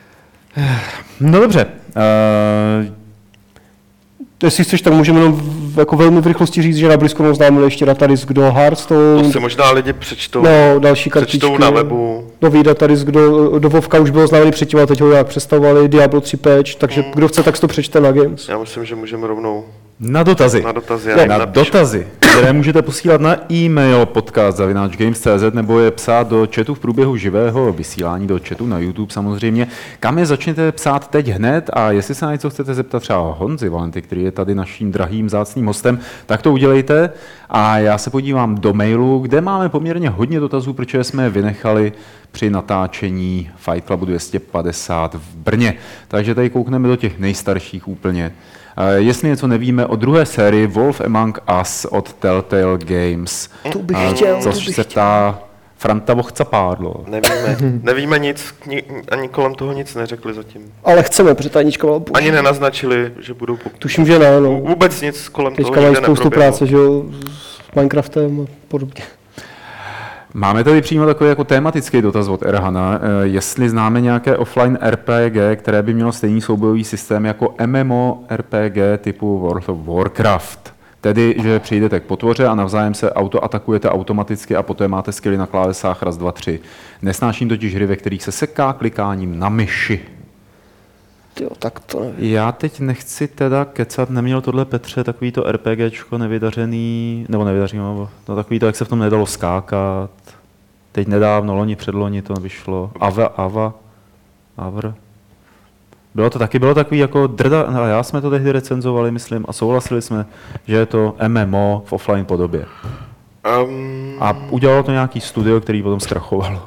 No dobře. Uh... Jestli chceš, tak můžeme jenom v, jako velmi v rychlosti říct, že na BlizzConu oznámili ještě datadisk do Hearthstone. To si možná lidi přečtou, no, další kartičky, přečtou na webu. Nový datadisk do, do Vovka už byl oznámený předtím, a teď ho jak představovali, Diablo tři patch, takže hmm. kdo chce, tak si to přečte na Games. Já myslím, že můžeme rovnou na dotazy. Na dotazy, na na dotazy, které můžete posílat na e-mail podcast zavináč games tečka cz nebo je psát do chatu v průběhu živého vysílání, do chatu na YouTube samozřejmě. Kam je začněte psát teď hned a jestli se na něco chcete zeptat třeba Honzi Valenty, který je tady naším drahým vzácným hostem, tak to udělejte a já se podívám do mailu, kde máme poměrně hodně dotazů, protože jsme je vynechali při natáčení Fight Clubu dvě stě padesát v Brně. Takže tady koukneme do těch nejstarších úplně. Jestli něco nevíme o druhé sérii Wolf Among Us od Telltale Games. To bych chtěl, což to bych se ptá Franta Vochcapádlo. Nevíme, nevíme nic, ani kolem toho nic neřekli zatím. Ale chceme, protože tajnička byla boží. Ani nenaznačili, že budou pokud. Tuším, že ne, no. Vůbec nic kolem Teďka toho mají spoustu práce, že jo, s Minecraftem a podobně. Máme tady přímo takový jako tematický dotaz od Erhana, jestli známe nějaké offline R P G, které by mělo stejný soubojový systém jako M M O R P G typu World of Warcraft. Tedy, že přijdete k potvoře a navzájem se autoatakujete automaticky a poté máte skilly na klávesách raz, dva, tři. Nesnáším totiž hry, ve kterých se seká klikáním na myši. Jo, tak to nevím. Já teď nechci teda kecat, neměl tohle Petře takový to RPGčko nevydařený, nebo nevydařený, nebo no takový to, jak se v tom nedalo skákat. Teď nedávno, loni, předloni to vyšlo. Ava, Ava, Avr. Bylo to taky, bylo takový jako drda, a já jsme to tehdy recenzovali, myslím, a souhlasili jsme, že je to M M O v offline podobě. Um... A udělalo to nějaký studio, který potom zkrachovalo.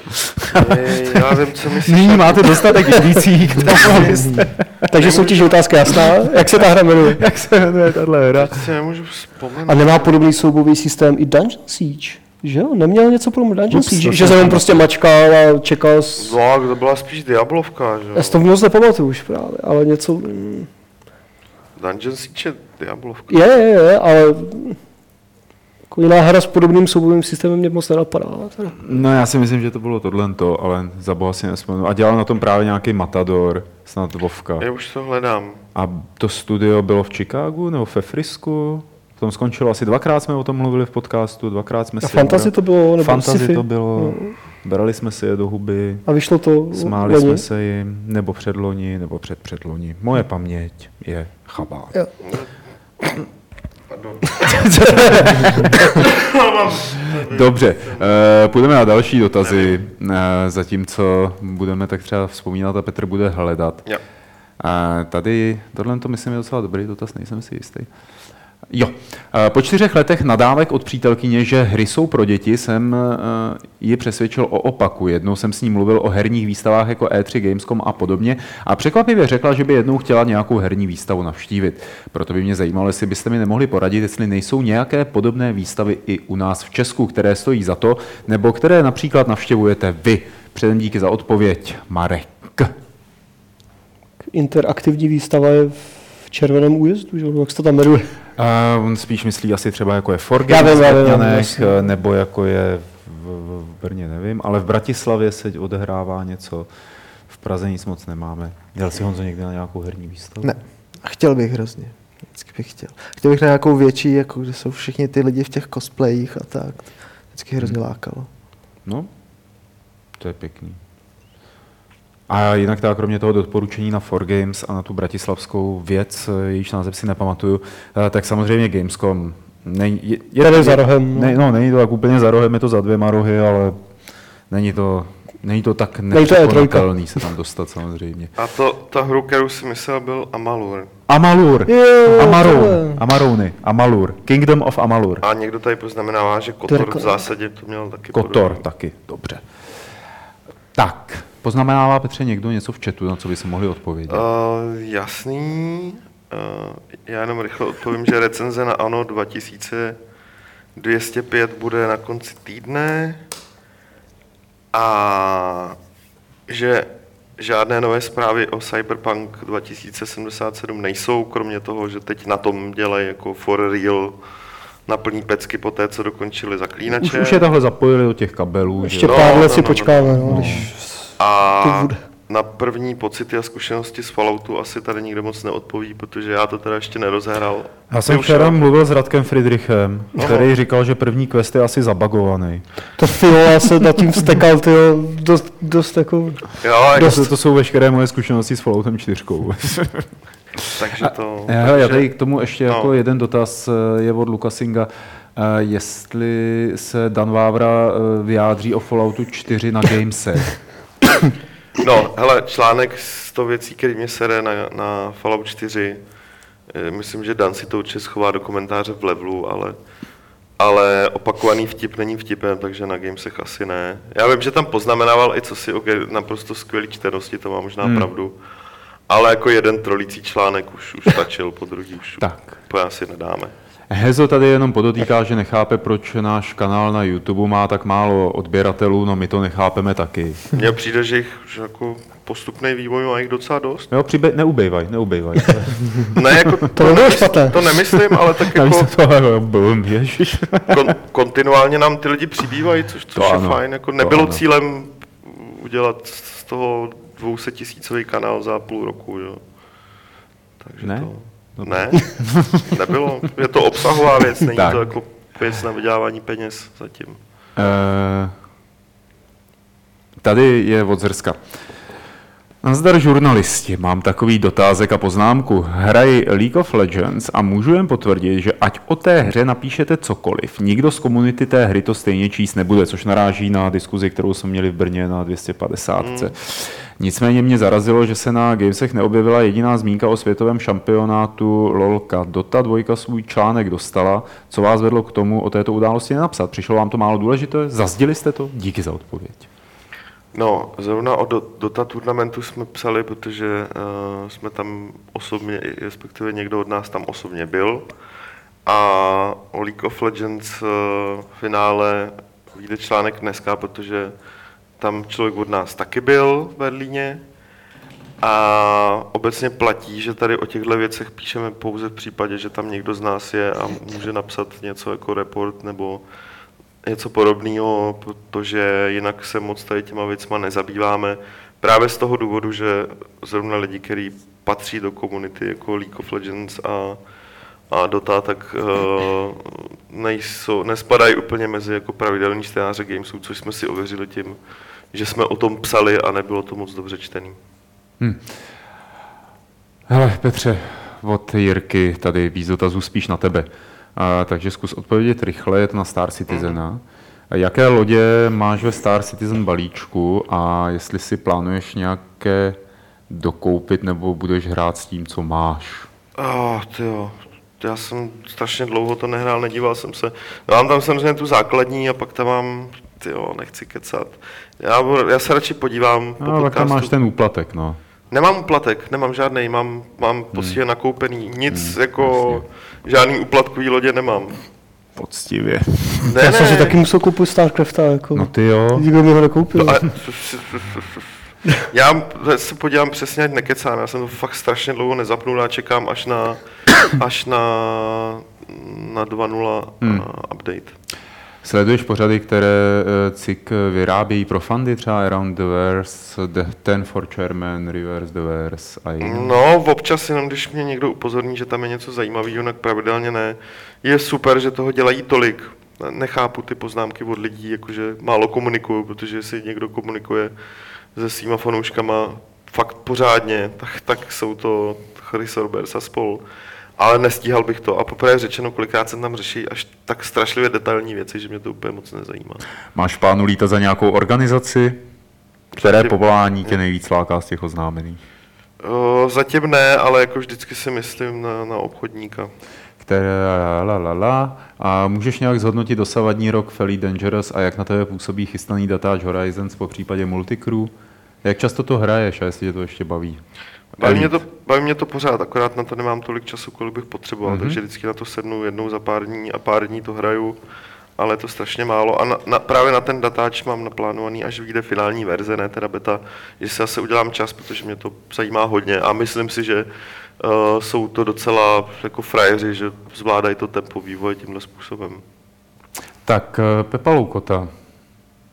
Já vím, co myslíš. Nyní máte dostatek indící. Takže soutěž je otázka jasná. Jak se ta hra jmenuje? Jak se jmenuje tahle hra? Si nemůžu vzpomenout. A nemá podobný soubojový systém i Dungeon Siege? Že jo? Neměl něco pro Dungeon Ups, Siege? Že se jenom prostě mačkal a čekal s... No, to byla spíš Diablovka, že jo? Já si to moc nepamatuju už právě, ale něco... Mm. Dungeon Siege je Diablovka. Je, je, je, ale... Jako jiná hra s podobným soubojovým systémem mě moc nenapadá. Teda. No já si myslím, že to bylo tohle, ale za boha si nespomenu. A dělal na tom právě nějaký Matador, snad Vovka. Já už to hledám. A to studio bylo v Chicagu nebo ve Frisku? Potom skončilo asi dvakrát, jsme o tom mluvili v podcastu, dvakrát jsme a si... Fantasy to bylo? Nebo Fantasy sci-fi? to bylo, no. Brali jsme si je do huby. A vyšlo to smáli loni? jsme se jim, nebo předloni, nebo předpředloni. Moje paměť je chabá. Jo. Dobře, půjdeme na další dotazy, zatímco budeme tak třeba vzpomínat a Petr bude hledat. Jo. Tady, tohle to myslím je docela dobrý dotaz, nejsem si jistý. Jo, po čtyřech letech nadávek od přítelkyně, že hry jsou pro děti, jsem ji přesvědčil o opaku. Jednou jsem s ní mluvil o herních výstavách jako E tři, Gamescom a podobně a překvapivě řekla, že by jednou chtěla nějakou herní výstavu navštívit. Proto by mě zajímalo, jestli byste mi nemohli poradit, jestli nejsou nějaké podobné výstavy i u nás v Česku, které stojí za to, nebo které například navštěvujete vy. Předem díky za odpověď, Marek. Interaktivní výstava je v Červeném újezdu, že? Jak se to tam jmenuje? Uh, on spíš myslí asi třeba jako je For Games v Brňanech, nebo jako je v, v Brně, nevím, ale v Bratislavě se odehrává něco, v Praze nic moc nemáme. Jel jsi, Honzo, někdy na nějakou herní výstavu? Ne, a chtěl bych hrozně, vždycky bych chtěl. Chtěl bych na nějakou větší, jako kde jsou všichni ty lidi v těch cosplayích a tak, vždycky hrozně lákalo. No, to je pěkný. A jinak teda kromě toho doporučení na For Games a na tu bratislavskou věc, jejíž název si nepamatuju, tak samozřejmě Gamescom. Nej, je, je, je za rohem. Ne, no, není to tak úplně za rohem, je to za dvěma rohy, ale není to, není to tak nepřekonatelný se tam dostat samozřejmě. A to, ta hru, kterou si myslel, byl Amalur. Amalur, Jo, Amaroun, Amarouny, Amalur, Kingdom of Amalur. A někdo tady poznamenává, že Kotor v zásadě to měl taky Kotor podobný. taky, dobře. Tak. Poznamenává, Petře, někdo něco v chatu, na co by se mohli odpovědět? Uh, jasný. Uh, já jenom rychle odpovím, že recenze na ANO dva tisíce dvě stě pět bude na konci týdne a že žádné nové zprávy o Cyberpunk dva tisíce sedmdesát sedm nejsou, kromě toho, že teď na tom dělají jako for real na plný pecky po té, co dokončili Zaklínače. Už, už je tahle zapojili do těch kabelů. Ještě že? pár no, let no, si no, počkáme. no, No, no. Když A na první pocity a zkušenosti z Falloutu asi tady nikdo moc neodpoví, protože já to teda ještě nerozhrál. Já jsem včera mluvil s Radkem Friedrichem, který Aha. říkal, že první quest je asi zabagovaný. To Fio se nad tím vztekal, tyjo, dost, dost jako... Jo, dost. To, to jsou veškeré moje zkušenosti s Falloutem čtyřkou. takže to... A, já, takže... já tady k tomu ještě no. jako jeden dotaz je od Lukasinga. Jestli se Dan Vávra vyjádří o Falloutu čtyři na Gamesech. No, hele, článek sto věcí, který mě sere na, na Fallout čtyři. Myslím, že Dan si to určitě schová do komentáře v levelu, ale, ale opakovaný vtip není vtipem, takže na Gamesech asi ne. Já vím, že tam poznamenával i co si o naprosto skvělý čtenosti, to má možná hmm. pravdu. Ale jako jeden trolící článek už, už stačil, po druhý už tak. to asi nedáme. Hezo tady jenom podotýká, že nechápe, proč náš kanál na YouTube má tak málo odběratelů, no my to nechápeme taky. Mně přijde, že jich že jako postupný vývoj má jich docela dost. Jo, přibe- neubejvaj, neubejvaj. ne, jako to, nemysl, to nemyslím, ale tak jako... Bum, ježiš. kon, kontinuálně nám ty lidi přibývají, což, což je ano, fajn. Jako nebylo cílem udělat z toho dvě stě tisícový kanál za půl roku, jo. Takže ne? to... Ne, nebylo. Je to obsahová věc, není tak. to jako věc na vydělávání peněz zatím. Uh, tady je od Zrska. Nazdar žurnalisti, mám takový dotázek a poznámku. Hraji League of Legends a můžu jen potvrdit, že ať o té hře napíšete cokoliv, nikdo z komunity té hry to stejně číst nebude, což naráží na diskuzi, kterou jsme měli v Brně na dvě stě padesát. Hmm. Nicméně mě zarazilo, že se na Gamesech neobjevila jediná zmínka o světovém šampionátu LOLka. Dota dvojka svůj článek dostala. Co vás vedlo k tomu o této události nenapsat? Přišlo vám to málo důležité? Zazděli jste to? Díky za odpověď. No, zrovna o Dota turnamentu jsme psali, protože uh, jsme tam osobně, respektive někdo od nás tam osobně byl. A o League of Legends uh, finále vyjde článek dneska, protože tam člověk od nás taky byl v Berlíně. A obecně platí, že tady o těchto věcech píšeme pouze v případě, že tam někdo z nás je a může napsat něco jako report nebo něco podobného, protože jinak se moc tady těma věcma nezabýváme. Právě z toho důvodu, že zrovna lidi, kteří patří do komunity jako League of Legends a, a Dota, tak uh, nejsou, nespadají úplně mezi jako pravidelní čtenáře gamesů, což jsme si ověřili tím, že jsme o tom psali a nebylo to moc dobře čtený. Hmm. Hele, Petře, od Jirky tady víc dotazů spíš na tebe. A, takže zkus odpovědět rychle, je to na Star Citizena. Mm. Jaké lodě máš ve Star Citizen balíčku a jestli si plánuješ nějaké dokoupit nebo budeš hrát s tím, co máš? Oh, tyjo. Já jsem strašně dlouho to nehrál, nedíval jsem se. Mám tam samozřejmě tu základní a pak tam mám, tyjo, nechci kecat. Já, já se radši podívám po no, podcastu. Tak tam máš ten úplatek, no. Nemám úplatek, nemám žádnej, mám, mám prostě hmm. nakoupený, nic hmm, jako, jasně. Žádný úplatkový lodě nemám. Poctivě. Ne, já ne. jsem si taky musel koupit StarCrafta, jako. No ty jo. Nikdo mi ho nekoupil. No, a, já se podívám přesně, ať nekecám, já jsem to fakt strašně dlouho nezapnul a čekám až na, až na, na dva tečka nula hmm. update. Sleduješ pořady, které C I K vyrábí pro fandy, třeba Around the Verse, The Ten for Chairman, Reverse the Verse a jiné? No, občas jenom, když mě někdo upozorní, že tam je něco zajímavého, jinak pravidelně ne. Je super, že toho dělají tolik. Nechápu ty poznámky od lidí, jakože málo komunikují, protože si někdo komunikuje se svýma fanouškama fakt pořádně, tak, tak jsou to Chris Roberts a spol. Ale nestíhal bych to a poprvé řečeno, kolikrát se tam řeší až tak strašlivě detailní věci, že mě to úplně moc nezajímá. Máš v plánu lítat za nějakou organizaci? Které zatím, povolání tě nejvíc láká z těch oznámených? O, zatím ne, ale jako vždycky si myslím na, na obchodníka. Které la, la, la. A můžeš nějak zhodnotit dosavadní rok Feli Dangerous a jak na tebe působí chystaný datáč Horizons po případě Multicrew? Jak často to hraješ a jestli tě to ještě baví? Baví mě, to, baví mě to pořád, akorát na to nemám tolik času, kolik bych potřeboval, mm-hmm. takže vždycky na to sednu jednou za pár dní a pár dní to hraju, ale je to strašně málo a na, na, právě na ten datáč mám naplánovaný, až vyjde finální verze, ne teda beta, že si asi udělám čas, protože mě to zajímá hodně a myslím si, že uh, jsou to docela jako frajeři, že zvládají to tempo vývoje tímhle způsobem. Tak Pepa Loukota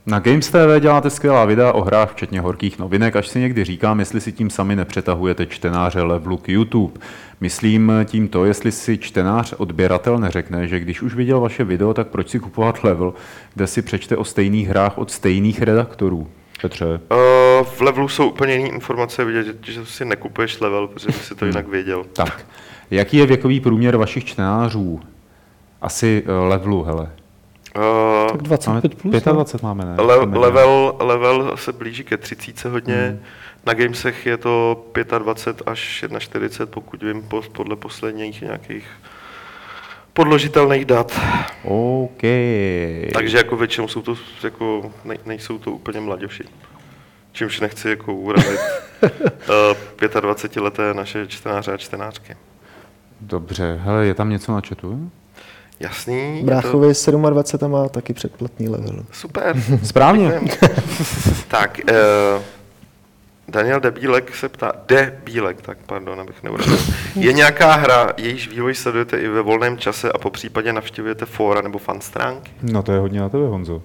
Na Games T V děláte skvělá videa o hrách, včetně horkých novinek, až si někdy říkám, jestli si tím sami nepřetahujete čtenáře levelu k YouTube. Myslím tím to, jestli si čtenář odběratel neřekne, že když už viděl vaše video, tak proč si kupovat level, kde si přečte o stejných hrách od stejných redaktorů. Petře? Uh, v levelu jsou úplně jiné informace, vidět, že, že si nekupuješ level, protože by si to jinak věděl. Tak. Jaký je věkový průměr vašich čtenářů? Asi uh, levelu, hele. Uh, tak dvacet pět plus, dvacet pět máme, ne? Le, level, level se blíží ke třicítce hodně. Hmm. Na Gamesech je to dvacet pět až čtyřicet jedna, pokud vím, podle posledních nějakých podložitelných dat. OK. Takže jako většinou jsou to, jako, ne, nejsou to úplně mladěši. Čímž nechci jako urazit uh, dvacetileté naše čtenáře a čtenářky. Dobře, hele, je tam něco na chatu? Jasný. Bráchovi to... dvacet sedm má taky předplatný level. Super. Správně. Tak, uh, Daniel Debílek se ptá, Debílek, tak pardon, abych neurazil. Je nějaká hra, jejíž vývoj sledujete i ve volném čase a po případě navštěvujete fóra nebo fanstránky? No to je hodně na tebe, Honzo.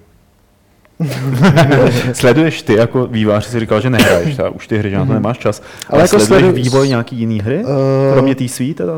Sleduješ ty jako vývojář, si říkal, že nehraješ, a už ty hry, že na to nemáš čas. Ale, ale jako sleduješ sleduj... vývoj nějaký jiný hry? Uh... Kromě té svý teda?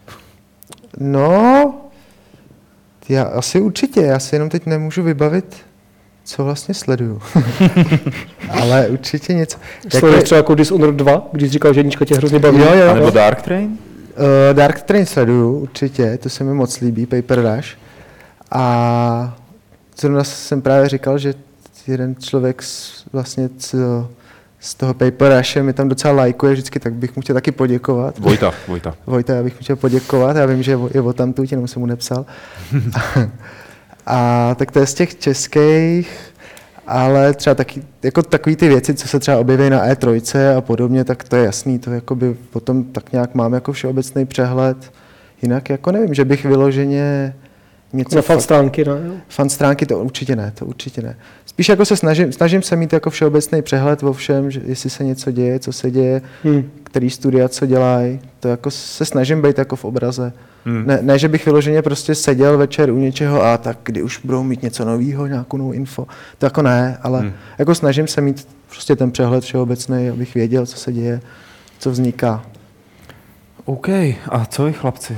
No, já asi určitě, já si jenom teď nemůžu vybavit, co vlastně sleduju. Ale určitě něco. Sleduješ jako... třeba jako Dishonored dva, když říkal, že jednička tě hrozně baví? Jo, jo. A nebo Dark Train? Uh, Dark Train sleduju, určitě, to se mi moc líbí, Paper Rush. A zrovna jsem právě říkal, že jeden člověk z, vlastně z, z toho Paper Rushe mi tam docela lajkuje vždycky, tak bych mu chtěl taky poděkovat. Vojta, Vojta. Vojta, já bych mu chtěl poděkovat, já vím, že je o tamtud, jenom jsem mu nepsal. a, a tak to je z těch českých, ale třeba taky, jako takový ty věci, co se třeba objeví na E tři a podobně, tak to je jasný, to jakoby potom tak nějak mám jako všeobecný přehled. Jinak jako nevím, že bych vyloženě něco... Na fan stránky, ne? Fan stránky to určitě ne, to určitě ne. Spíš jako se snažím, snažím se mít jako všeobecný přehled o všem, že jestli se něco děje, co se děje, hmm. který studia co dělají, to jako se snažím být jako v obraze. Hmm. Ne, ne, že bych vyloženě prostě seděl večer u něčeho a tak kdy už budou mít něco nového, nějakou novou info, to jako ne, ale hmm. jako snažím se mít prostě ten přehled všeobecný, abych věděl, co se děje, co vzniká. OK, a co vy chlapci?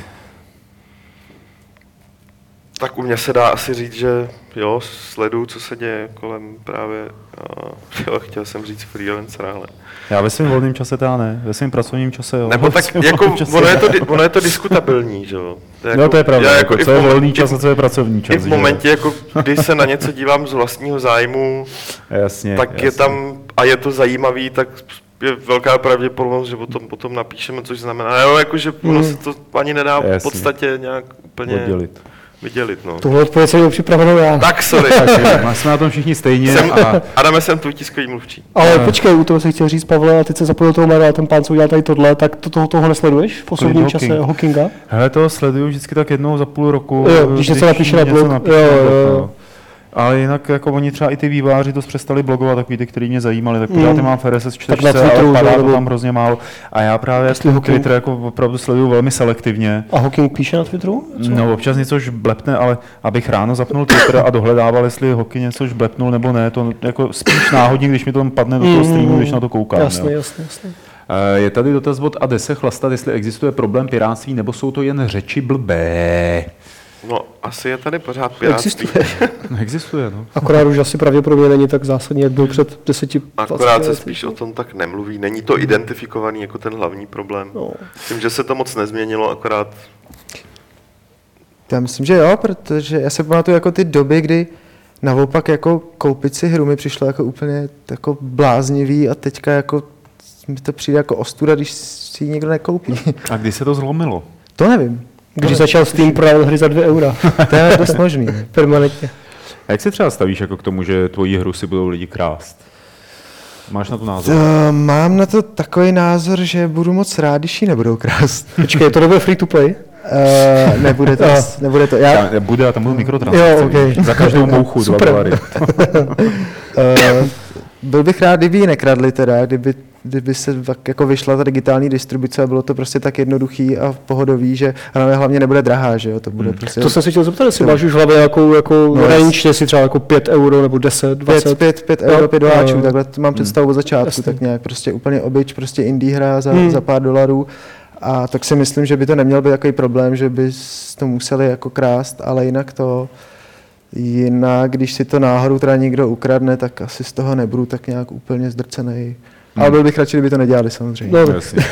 Tak u mě se dá asi říct, že jo, sleduju, co se děje kolem právě, jo, chtěl jsem říct freelancer, ale... Já ve svém volném čase teda ne, ve svém pracovním čase jo. Nebo tak jako, ono je, to, ono je to diskutabilní, že jo. Jako, no to je pravda, jako, jako co je volný čas a co je pracovní čas. I v momentě, jako, kdy se na něco dívám z vlastního zájmu, jasně, tak jasně. je tam, a je to zajímavý, tak je velká pravděpodobnost, že potom, potom napíšeme, což znamená, jo, jakože ono hmm. se to ani nedá jasně. v podstatě nějak úplně... oddělit. Vydělit, no. Tohle odpověď jsem měl připravenou já. Tak, sorry. Tak, jsme na tom všichni stejně. Jsem, a... Adame, jsem tvůj tiskový mluvčí. Ale a... počkej, u toho se chtěl říct, Pavle, a teď se zapojil toho jména, ten pán, co udělal tady tohle, tak to, toho, toho nesleduješ v osobním čase Hawkinga? Hele, to sleduju vždycky tak jednou za půl roku. Jo, když něco napíše na blog. Napíše jo, na blog jo. No. Ale jinak jako oni třeba i ty výváři to přestali blogovat, takový ty, který mě zajímali, tak pořád mm. mám v R S S čtyři, ale padá to tam hrozně málo. A já právě Twitter jako opravdu sleduju velmi selektivně. A Hawking píše na Twitteru? Co? No občas něco žblepne, ale abych ráno zapnul Twitter a dohledával, jestli Hawking něco žblepnul nebo ne, to jako spíš náhodně, když mi to tam padne do toho streamu, když na to koukám. Jasně, jasně, jasně. Je tady dotaz od a jde se chlastat, jestli existuje problém pirátství, nebo jsou to jen řeči blbé. No, asi je tady pořád pirátství. Existuje. Existuje, no. Akorát už asi pravděpodobně není tak zásadní, jak byl před deseti. Akorát se spíš o tom tak nemluví. Není to identifikovaný jako ten hlavní problém. No. Myslím, že se to moc nezměnilo, akorát... Já myslím, že jo, protože já se pamatuju jako ty doby, kdy naopak jako koupit si hru mi přišlo jako úplně jako bláznivý a teďka jako mi to přijde jako ostuda, když si ji někdo nekoupí. A kdy se to zlomilo? To nevím. Když začal Steam prodávat hry za dvě eura. To je dost možný. Permanentně. A jak se třeba stavíš jako k tomu, že tvoji hru si budou lidi krást? Máš na to názor? To, mám na to takový názor, že budu moc rád, když ji nebudou krást. Počkej, to nebude free to play? Uh, nebude to. nebude to. Já... Já, bude, a tam budou mikrotransakce. Jo, okay. Za každou mouchu dva dolary. uh, byl bych rád, kdyby ji nekradli teda, kdyby kdyby se tak jako vyšla ta digitální distribuce a bylo to prostě tak jednoduchý a pohodový, že hlavně, hlavně nebude drahá, že jo, to bude hmm. prostě... To jsem si chtěl zeptat, jestli máš už v hlavě jako, jako no, range, jestli třeba jako pět euro nebo deset, dvacet? pět euro, pět doláčů, no, takhle mám představu od začátku, jasný. Tak nějak prostě úplně obyč, prostě indie hra za, hmm. za pár dolarů. A tak si myslím, že by to neměl být takový problém, že by to museli jako krást, ale jinak to, jinak, když si to náhodou teda někdo ukradne, tak asi z toho nebudu tak nějak úplně zdrcenej. Hmm. Ale byl bych radši, kdyby to nedělali samozřejmě. No, jasně.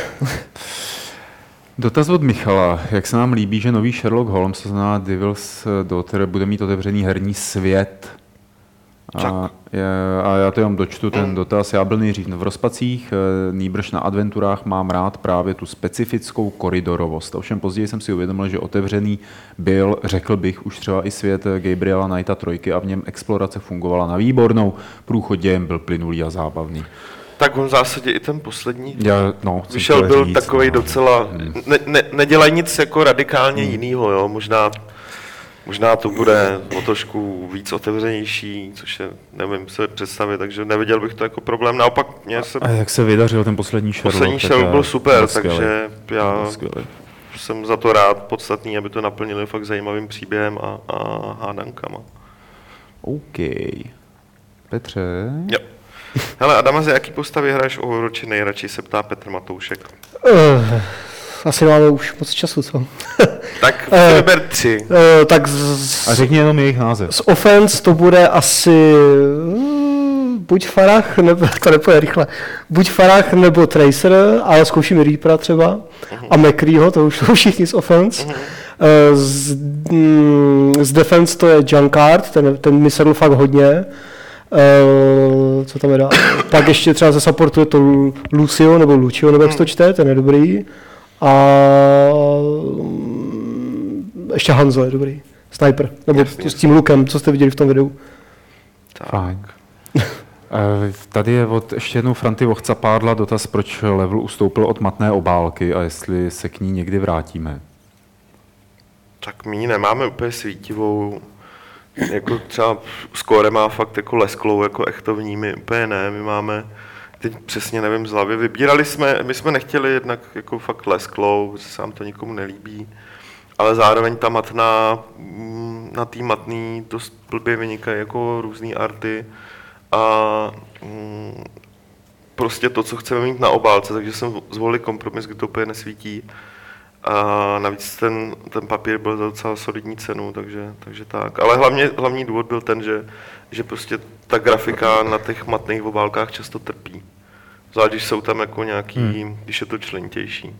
Dotaz od Michala. Jak se nám líbí, že nový Sherlock Holmes, to znamená Devil's Daughter, bude mít otevřený herní svět? A, je, a já to jenom dočtu ten dotaz. Já byl nejdřív v rozpacích, nýbrž na adventurách mám rád právě tu specifickou koridorovost. Ovšem později jsem si uvědomil, že otevřený byl, řekl bych, už třeba i svět Gabriela Knighta trojky a v něm explorace fungovala na výbornou. Průchod dějem byl plynulý a zábavný. Tak on v zásadě i ten poslední já, no, vyšel, byl říct, takový no. docela, hmm. ne, ne, nedělají nic jako radikálně hmm. jinýho, jo, možná Možná to bude o trošku víc otevřenější, což je, nevím se představit, takže neviděl bych to jako problém. Naopak mě se... A jak se vydařil ten poslední Sherlock? Poslední Sherlock byl super, takže já jsem za to rád, podstatný, aby to naplnili fakt zajímavým příběhem a, a hádankama. OK. Petře? Jo. Hele, Adama, za jaký postavy hraješ Overwatchi nejradši, se ptá Petr Matoušek. Uh. Asi máme už moc času, co? Tak vyber tři. Uh, tak z, a řekni jenom jejich název. Z offense to bude asi uh, buď Farah, nebo to nepůjde rychle, buď Farah nebo Tracer, ale zkoušíme Reapera třeba uh-huh. a McCreeho, to už jsou všichni z offense. Uh-huh. Uh, z, mm, z defense to je Junkard, ten, ten mi sedl fakt hodně. Uh, co tam je dál? Pak ještě třeba ze supportu je to Lucio nebo Lucio, nebo jak to čte, ten je dobrý. A ještě Hanzo je dobrý. Sniper. Nebo jasný, s tím lukem, co jste viděli v tom videu. Fajn. Tady je od ještě jednou Franty Vochcapádla dotaz, proč level ustoupil od matné obálky a jestli se k ní někdy vrátíme. Tak my ji nemáme úplně svítivou. Jako třeba Score má fakt jako lesklou, jako echtovní, my úplně ne, my máme teď přesně nevím z hlavy, vybírali jsme, my jsme nechtěli jednak jako fakt lesklou, protože se nám to nikomu nelíbí, ale zároveň ta matná, na tý matný dost blbě vynikají jako různý arty a mm, prostě to, co chceme mít na obálce, takže jsem zvolil kompromis, kdy to úplně nesvítí a navíc ten, ten papír byl za docela solidní cenu, takže, takže tak. Ale hlavně, hlavní důvod byl ten, že, že prostě ta grafika na těch matných obálkách často trpí. Zvlášť, když jsou tam jako nějaký, hmm. když je to člentější.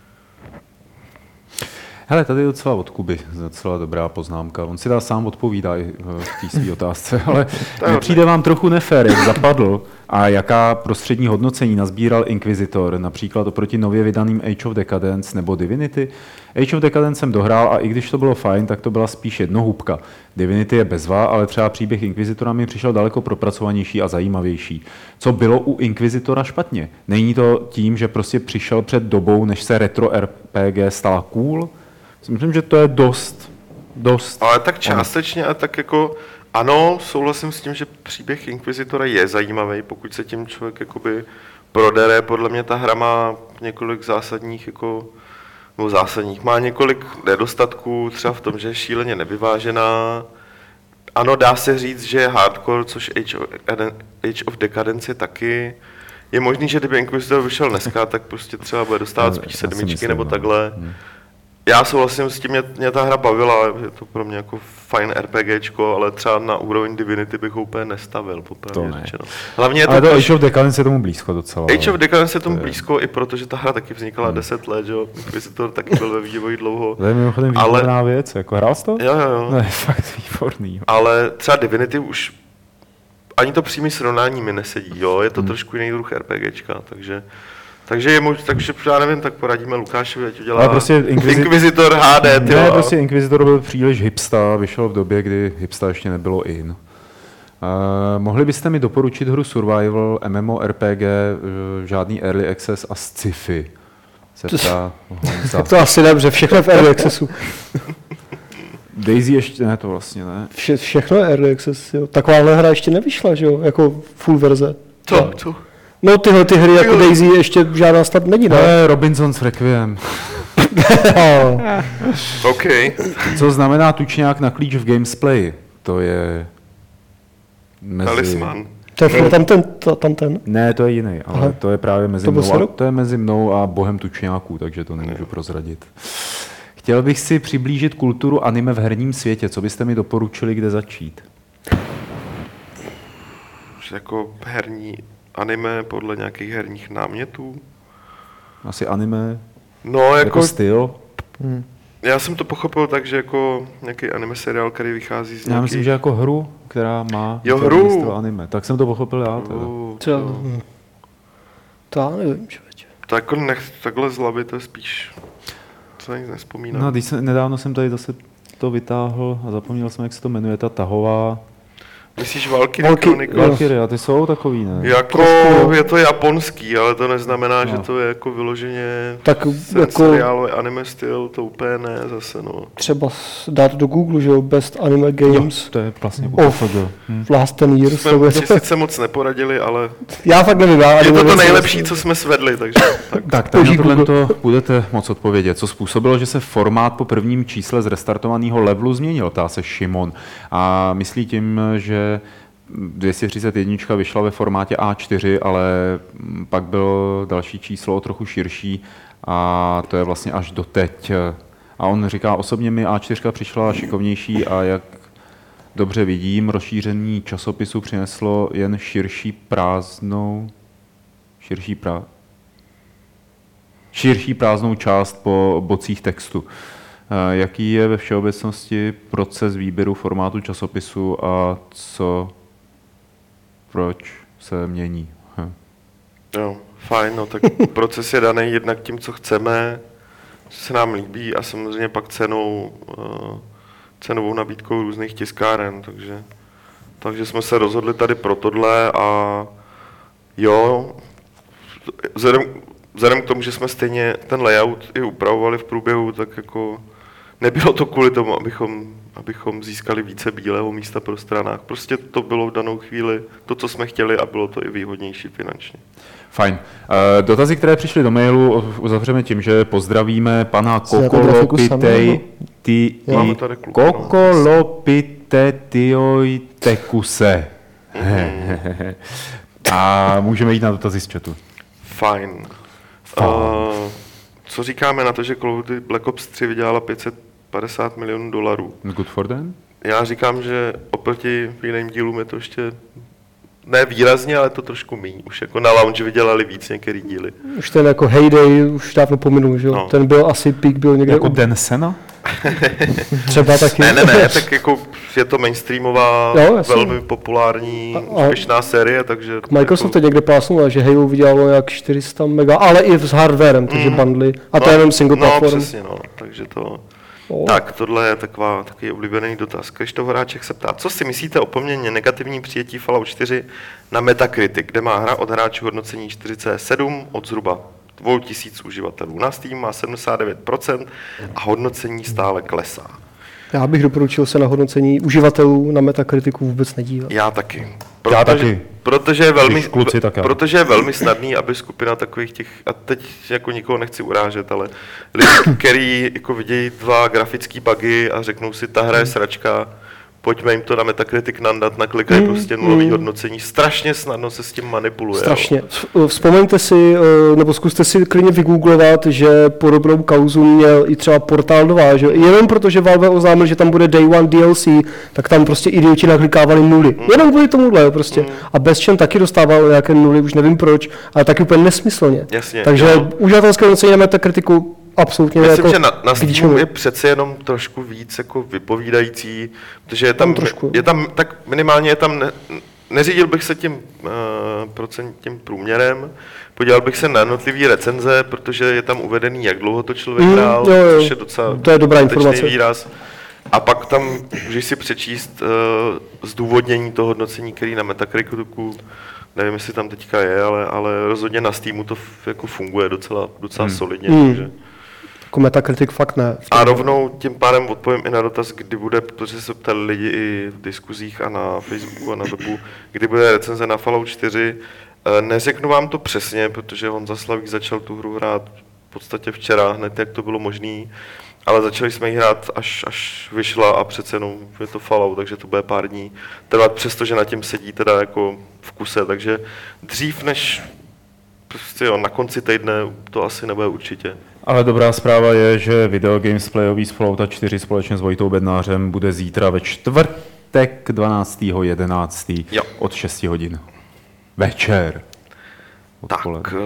Hele, tady je docela od Kuby, docela dobrá poznámka. On si dá sám odpovídá i v té své otázce, ale nepřijde vám trochu nefér, jak zapadl a jaká prostřední hodnocení nazbíral Inquisitor, například oproti nově vydaným Age of Decadence nebo Divinity? Age of Decadence jsem dohrál a i když to bylo fajn, tak to byla spíš jednohubka. Divinity je bezva, ale třeba příběh Inquisitora mi přišel daleko propracovanější a zajímavější. Co bylo u Inquisitora špatně? Není to tím, že prostě přišel před dobou, než se retro R P G stala cool? Myslím, že to je dost, dost. Ale tak částečně a tak jako, ano, souhlasím s tím, že příběh Inquisitora je zajímavý, pokud se tím člověk jakoby prodere. Podle mě ta hra má několik zásadních, jako, nebo zásadních, má několik nedostatků, třeba v tom, že je šíleně nevyvážená. Ano, dá se říct, že je hardcore, což Age of, Age of Decadence je taky. Je možný, že kdyby Inquisitor vyšel dneska, tak prostě třeba bude dostávat spíš sedmičky nebo takhle. Hmm. Já souhlasím s tím, mě, mě ta hra bavila, je to pro mě jako fajn RPGčko, ale třeba na úroveň Divinity bych ho úplně nestavil, popravdě řečeno. Hlavně je to, ale to Age of Decadence je tomu blízko docela. Age of Decadence je tomu to blízko je. I protože ta hra taky vznikala hmm. deset let, že jo, Inquisitor taky byl ve vývoji dlouho. To je mimochodem výborná ale... věc, jako hrál jsi to? Jo, jo, jo. No je fakt výborný. Ale třeba Divinity už, ani to přímý srovnání mi nesedí, jo, je to hmm. trošku jiný druh RPGčka, takže... Takže je možná, takže já nevím, tak poradíme Lukášovi, ať udělá prostě Inquisi... Inquisitor H D. Tyjo. Ne, prostě Inquisitor byl příliš hipsta, vyšel v době, kdy hipsta ještě nebylo in. Uh, mohli byste mi doporučit hru Survival, MMORPG, uh, žádný Early Access a sci-fi? Zeptá, to, to asi dobře, všechno v Early Accessu. Daisy ještě ne, to vlastně ne. Vše, všechno je Early Access, jo. Takováhle hra ještě nevyšla, že jo, jako full verze. Co? Co? No tyhle ty hry jako Daisy ještě žádná snad není, ne? Ne, Robinson's Requiem. OK. Co znamená tučňák na klíč v Gamesplay? To je mezi... Talisman. To je tam ten, to, tam ten? Ne, to je jiný, ale Aha. to je právě mezi To byl mnou, a, Sirop? to je mezi mnou a bohem tučňáků, takže to nemůžu prozradit. Chtěl bych si přiblížit kulturu anime v herním světě. Co byste mi doporučili, kde začít? Jako herní anime podle nějakých herních námětů. Asi anime, No, jako, jako, jako styl. já jsem to pochopil tak, že jako nějaký anime seriál, který vychází z Já nějakých... myslím, že jako hru, která má Jo, výtvarný hru. styl anime. Tak jsem to pochopil já. Teda. Uh, Třeba, to, hm. to já nevím, člověče. to jako nech, takhle z hlavy, to je spíš... Co nic nespomínám. No, když jsem, nedávno jsem tady zase to vytáhl a zapomněl jsem, jak se to jmenuje, ta tahová. Myslíš Valkyrie Valky- Chronicles? Valkyria, ty jsou takový, ne? Jako Trošku, je to japonský, ale to neznamená, No. že to je jako vyloženě Tak sen- jako seriálový anime styl, to úplně ne zase, no. třeba s- dát do Google, že jo, Best Anime Games To je vlastně of hm. last ten years. Jsme nebo si to- sice moc neporadili, ale Já fakt nevím, já je anime to to nejsem nejlepší, vlastně- co jsme svedli, takže tak. Tak, tak na Boží tohle Google. to budete moc odpovědět. Co způsobilo, že se formát po prvním čísle z restartovaného levelu změnil, ptá se Šimon. A myslí tím, že dvě stě třicet jedna vyšla ve formátě A čtyři, ale pak bylo další číslo o trochu širší a to je vlastně až doteď. A on říká, osobně mi A čtyři přišla šikovnější a jak dobře vidím, rozšíření časopisu přineslo jen širší prázdnou, širší prá, širší prázdnou část po bocích textu. Eh, Jaký je ve všeobecnosti proces výběru formátu časopisu a co, proč se mění? Hm. Jo, fajn, no tak proces je daný jednak tím, co chceme, co se nám líbí a samozřejmě pak cenou, uh, cenovou nabídkou různých tiskáren, takže, takže jsme se rozhodli tady pro tohle a jo, vzhledem, vzhledem k tomu, že jsme stejně ten layout i upravovali v průběhu, tak jako nebylo to kvůli tomu, abychom, abychom získali více bílého místa pro stranách. Prostě to bylo v danou chvíli to, co jsme chtěli a bylo to i výhodnější finančně. Fajn. Eh, Dotazy, které přišly do mailu, uzavřeme tím, že pozdravíme pana Jsi na to grafiku sám, nebo? Máme tady kluka, no. Kokolopiteteoitekuse. A můžeme jít na dotazy z chatu. Fajn. Fajn. Uh, co říkáme na to, že Call of Duty Black Ops tři vydělala pět set padesát milionů dolarů? Good for them? Já říkám, že oproti jiným dílům je to ještě ne výrazně, ale to trošku míň. Už jako na launch vydělali víc některý díly. Už ten jako Heyday už dávno pominul, že jo? No. Ten byl asi peak, byl někde Jako u- Den Sena? třeba taky. Ne, ne, ne, tak jako je to mainstreamová, Jo, jasně. velmi populární, A- a- úspěšná série, takže... Microsoft to jako, někde plásnul, že Halo vydělalo jak čtyři sta mega, ale i s hardwarem, takže Mm. bundly. A to no, je jenom single no, platform. přesně, no, takže to... O. Tak, tohle je taková, takový oblíbený dotaz. Krištof Horáček se ptá, co si myslíte o poměrně negativním přijetí Fallout čtyři na Metacritic, kde má hra od hráčů hodnocení čtyři celá sedm od zhruba dvou tisíc uživatelů. Na Steam má sedmdesát devět procent a hodnocení stále klesá. Já bych doporučil se na hodnocení uživatelů na Metacriticu vůbec nedívat. Já taky. Já taky. Protože je velmi, Když kluci, tak já. protože je velmi snadný, aby skupina takových těch, a teď jako nikoho nechci urážet, ale lidi, který jako vidějí dva grafické bugy a řeknou si, ta hra je sračka, pojďme jim to na Metacritic nandat, naklikají Mm, prostě nulový mm. hodnocení. Strašně snadno se s tím manipuluje. Strašně. V- Vzpomeňte si, eh, nebo zkuste si klidně vygooglovat, že podobnou kauzu měl i třeba Portál dva, že jenom protože Valve oznámil, že tam bude Day One D L C, tak tam prostě idioti naklikávali nuly. Mm. Jenom kvůli tomuhle, jo, prostě. A Bestčen taky dostával nějaké nuly, už nevím proč, ale taky úplně nesmyslně. Jasně, Takže jo. uživatelské hodnocení na Metacriticu absolutně Myslím, jako že na, na k Steamu ničemu. je přece jenom trošku víc jako vypovídající, protože je tam, Tam trošku. je tam tak minimálně je tam, ne, neřídil bych se tím, uh, procent, tím průměrem, podíval bych se na jednotlivý recenze, protože je tam uvedený, jak dlouho to člověk Mm, hrál, jo, jo. což je docela To je dobrá užitečný informace. výraz. A pak tam můžeš si přečíst uh, zdůvodnění toho hodnocení, který na Metacriticu, nevím, jestli tam teďka je, ale, ale rozhodně na Steamu to f, jako funguje docela, docela Hmm. solidně. Hmm. Takže. Jako Metacritic fakt ne. A rovnou tím pádem odpovím i na dotaz, kdy bude, protože se ptali lidi i v diskuzích a na Facebooku a na webu, kdy bude recenze na Fallout čtyři. Neřeknu vám to přesně, protože Honza Slavík začal tu hru hrát v podstatě včera, hned jak to bylo možné, ale začali jsme ji hrát, až, až vyšla a přece jenom je to Fallout, takže to bude pár dní trvat, přestože na tím sedí teda jako v kuse, takže dřív než prostě jo, na konci týdne to asi nebude určitě. Ale dobrá zpráva je, že video gamesplayový z Fallouta čtyři společně s Vojtou Bednářem bude zítra ve čtvrtek dvanáctého jedenáctého od šest hodin. Večer. Odpoledne. Tak.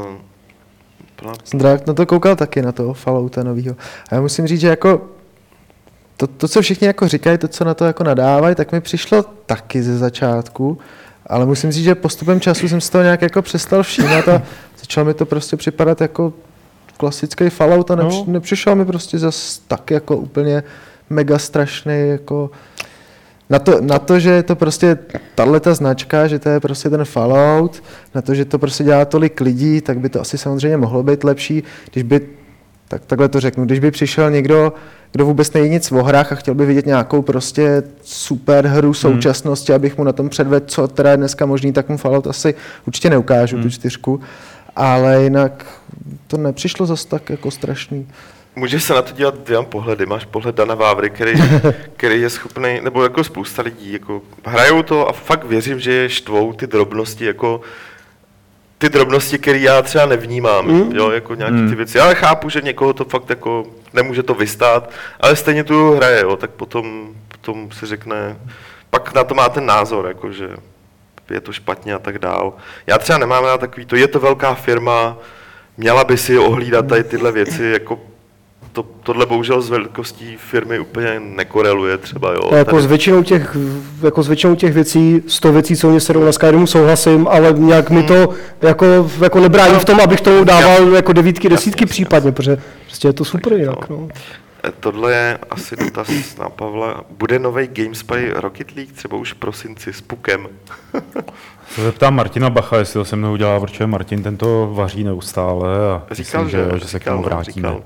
Uh, Zdrák na to koukal taky, na toho Fallouta novýho. A já musím říct, že jako to, to, co všichni jako říkají, to, co na to jako nadávají, tak mi přišlo taky ze začátku, ale musím říct, že postupem času jsem z toho nějak jako přestal všímat a začalo mi to prostě připadat jako klasický Fallout a nepři, no. nepřišel mi prostě zas tak jako úplně mega strašný jako na to, na to, že je to prostě tahleta značka, že to je prostě ten Fallout, na to, že to prostě dělá tolik lidí, tak by to asi samozřejmě mohlo být lepší, když by, tak takhle to řeknu, když by přišel někdo, kdo vůbec neví nic o hrách a chtěl by vidět nějakou prostě super hru současnosti, hmm. abych mu na tom předvedl, co teda je dneska možný, tak mu Fallout asi určitě neukážu, hmm. tu čtyřku, ale jinak to nepřišlo zas tak jako strašný. Můžeš se na to dělat dvěma pohledy. Máš pohled Dana Vávry, který, který je schopný, nebo jako spousta lidí, jako hrajou to a fakt věřím, že je štvou ty drobnosti, jako ty drobnosti, které já třeba nevnímám, mm. jo, jako nějaký mm. ty věci. Ale chápu, že někoho to fakt jako nemůže to vystát, ale stejně tu hraje, jo, tak potom, potom si řekne, pak na to má ten názor, jako že je to špatně a tak dál. Já třeba nemám na takový to, je to velká firma, měla by si ohlídat tady tyhle věci, jako To, tohle bohužel s velikostí firmy úplně nekoreluje třeba, jo. Jako tady... s, většinou těch, jako s většinou těch věcí, sto věcí, co mě se jdou na Skyrimu, souhlasím, ale nějak hmm. mi to jako, jako nebrání no, v tom, abych tomu dával já, jako devítky, desítky jasně, případně, jasně. Protože prostě je to super tak, jinak, no. Tohle je asi dotaz na Pavla. Bude nový GameSpy Rocket League třeba už v prosinci s Pukem? Se zeptám Martina Bacha, jestli to se mnou udělá, protože Martin tento vaří neustále a říkal, myslím, že, že, že se říkal, k tomu vrátíme.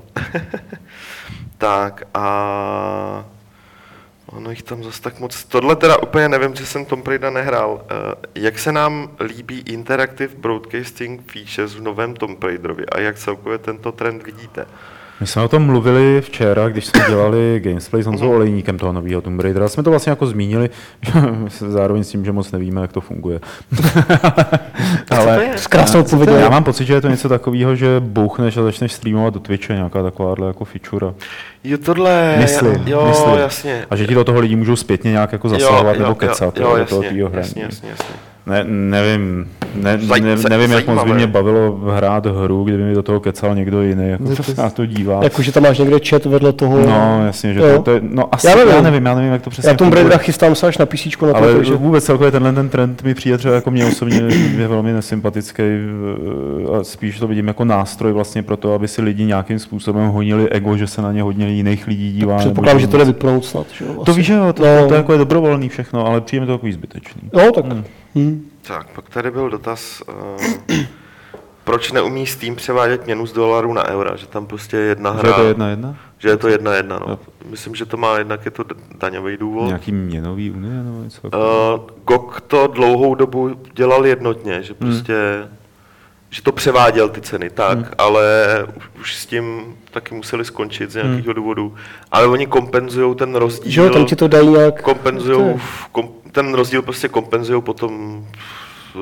Tak a ono jich tam zase tak moc. Tohle teda úplně nevím, že jsem Tomb Raidera nehrál. Jak se nám líbí Interactive Broadcasting Features v novém Tomb Raiderovi a jak celkově tento trend vidíte? My jsme o tom mluvili včera, když jsme dělali Gamesplay s Honzou Olejníkem toho nového Tomb Raidera. Jsme to vlastně jako zmínili, zároveň s tím, že moc nevíme, jak to funguje. Ale s krásnou odpovědí. Já mám pocit, že je to něco takového, že bouchneš a začneš streamovat do Twitche, nějaká takováhle jako feature. Jo, tohle, myslím, jo, myslím. jasně. A že ti do toho lidi můžou zpětně nějak jako zasahovat jo, jo, nebo kecat jo, jo, do jasně, toho tvýho hraní. Jasně, jasně, jasně. Ne, nevím, ne, Zaj, ne, zaj, nevím, jak moc by mě zajímavé. bavilo hrát hru, kdyby mi do toho kecal někdo jiný, jako to se na to dívá. Jako, že tam máš někde chat vedle toho. No, jasně, že to, to je, no asi, já nevím, já nevím, já nevím, jak to přesně já Tomb Raidera chystám se až na písíčku na to. ale takže... vůbec celkově tenhle ten trend mi přijde třeba jako mě osobně je velmi nesympatický a spíš to vidím jako nástroj vlastně pro to, aby si lidi nějakým způsobem honili ego, že se na ně hodně jiných lidí dívá. Předpokládám, že to jde vypnout snad. Že jo, to víš, že jo, to, no. to, to jako je dobrovolný všechno, ale přijde mi to takový zbytečný. Jo, tak. Hmm. Hmm. Tak, pak tady byl dotaz, uh, proč neumí Steam převádět měnu z dolarů na eura, že tam prostě je jedna hra. Že je to jedna jedna? Že je to jedna jedna, no. Myslím, že to má jednak je to daňový důvod. Nějaký měnový unie nebo něco? Uh, G O G to dlouhou dobu dělal jednotně, že prostě, hmm. že to převáděl ty ceny, tak, hmm. ale už s tím taky museli skončit z nějakého hmm. důvodu. Ale oni kompenzují ten rozdíl. Že jo, tam ti to dají nějak... Kompenzují, kom, ten rozdíl prostě kompenzují potom uh,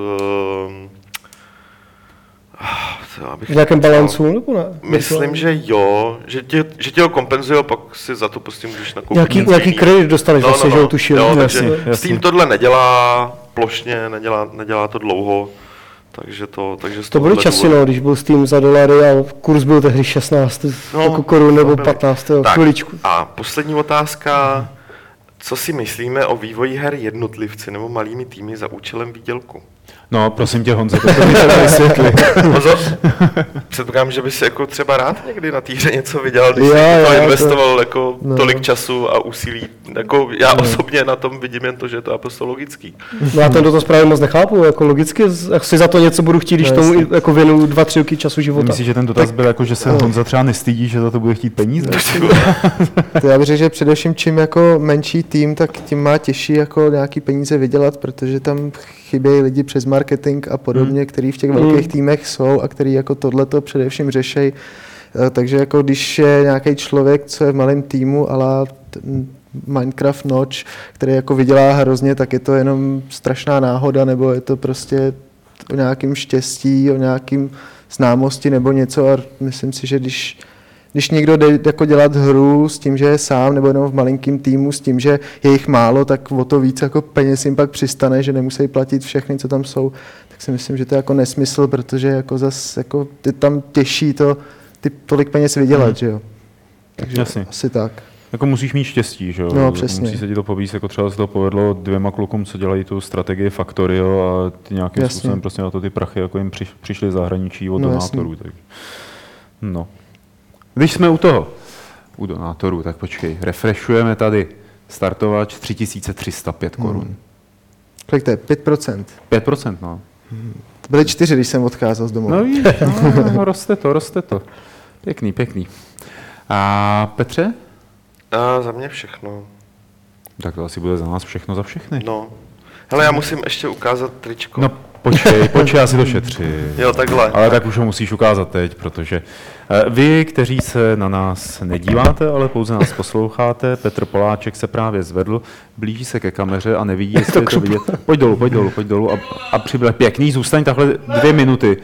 v nějakém balancu, nebo ne? Myslím, že jo, že tě, že tě ho kompenzují, pak si za to prostě můžeš nakoupit. Nějaký, nějaký kredit dostaneš no, vlastně, no, že no, ho tušil. Jo, takže s tím tohle nedělá plošně, nedělá, nedělá to dlouho. Takže to, takže to byly časy, no, když byl Steam za dolary a kurz byl tehdy šestnáct no, jako korun nebo patnáct, jo, chviličku. A poslední otázka, co si myslíme o vývoji her jednotlivci nebo malými týmy za účelem výdělku? No, prosím tě, Honzo, to mi teda vysvětli. Honzo, předpokládám, že bys jako třeba rád někdy na té hře něco vydělal, když já, jsi to já, investoval to... jako no. tolik času a úsilí. Jako já no. osobně na tom vidím jen to, že je to naprosto logický. No já ten dotaz právě moc nechápu, jako logicky, si za to něco budu chtít, když no, tomu jasný. jako věnu dva, tři roky času života. Myslíš, že ten dotaz tak... byl jako, že se no. Honza třeba nestydí, že za to bude chtít peníze? To já bych řekl, že především čím jako menší tým, tak tím má těžší jako nějaký peníze vydělat, protože tam chybějí lidi přes marketing a podobně, hmm. který v těch velkých hmm. týmech jsou a který jako tohleto především řešejí. Takže jako když je nějaký člověk, co je v malém týmu, ala Minecraft Notch, který jako vydělá hrozně, tak je to jenom strašná náhoda, nebo je to prostě o nějakým štěstí, o nějakým známosti nebo něco a myslím si, že když, když někdo jde jako dělat hru s tím, že je sám nebo jenom v malinkém týmu s tím, že je jich málo, tak o to víc jako peněz jim pak přistane, že nemusí platit všechny, co tam jsou, tak si myslím, že to je jako nesmysl, protože jako zas jako ty tam těší to ty tolik peněz vydělat, hmm. že jo. Takže Jasně. asi tak. Jako musíš mít štěstí, že jo? No, přesně. Musí se ti to povíst, jako třeba se to povedlo dvěma klukům, co dělají tu strategii Factorio a ty nějakým jasně. způsobem prostě na to ty prachy jako jim přiš, přišly zahraničí od no, donátorů. Tak. No. Když jsme u toho, u donátorů, tak počkej, refreshujeme tady startovač tři tisíce tři sta pět korun. Hmm. Kolik to je? pět procent? pět procent, no. Hmm. To byly čtyři, když jsem odcházel z domova. No víš, no, roste to, roste to. Pěkný, pěkný. A Petře? A za mě všechno. Tak to asi bude za nás všechno za všechny. No. Hele, já musím ještě ukázat tričko. No počkej, počkej, já si to šetři. Jo, takhle. Ale tak už ho musíš ukázat teď, protože vy, kteří se na nás nedíváte, ale pouze nás posloucháte, Petr Poláček se právě zvedl, blíží se ke kameře a nevidí, jestli je to vidět. Pojď dolů, pojď dolů, pojď dolů a, a přibyl pěkný, zůstaň takhle dvě minuty.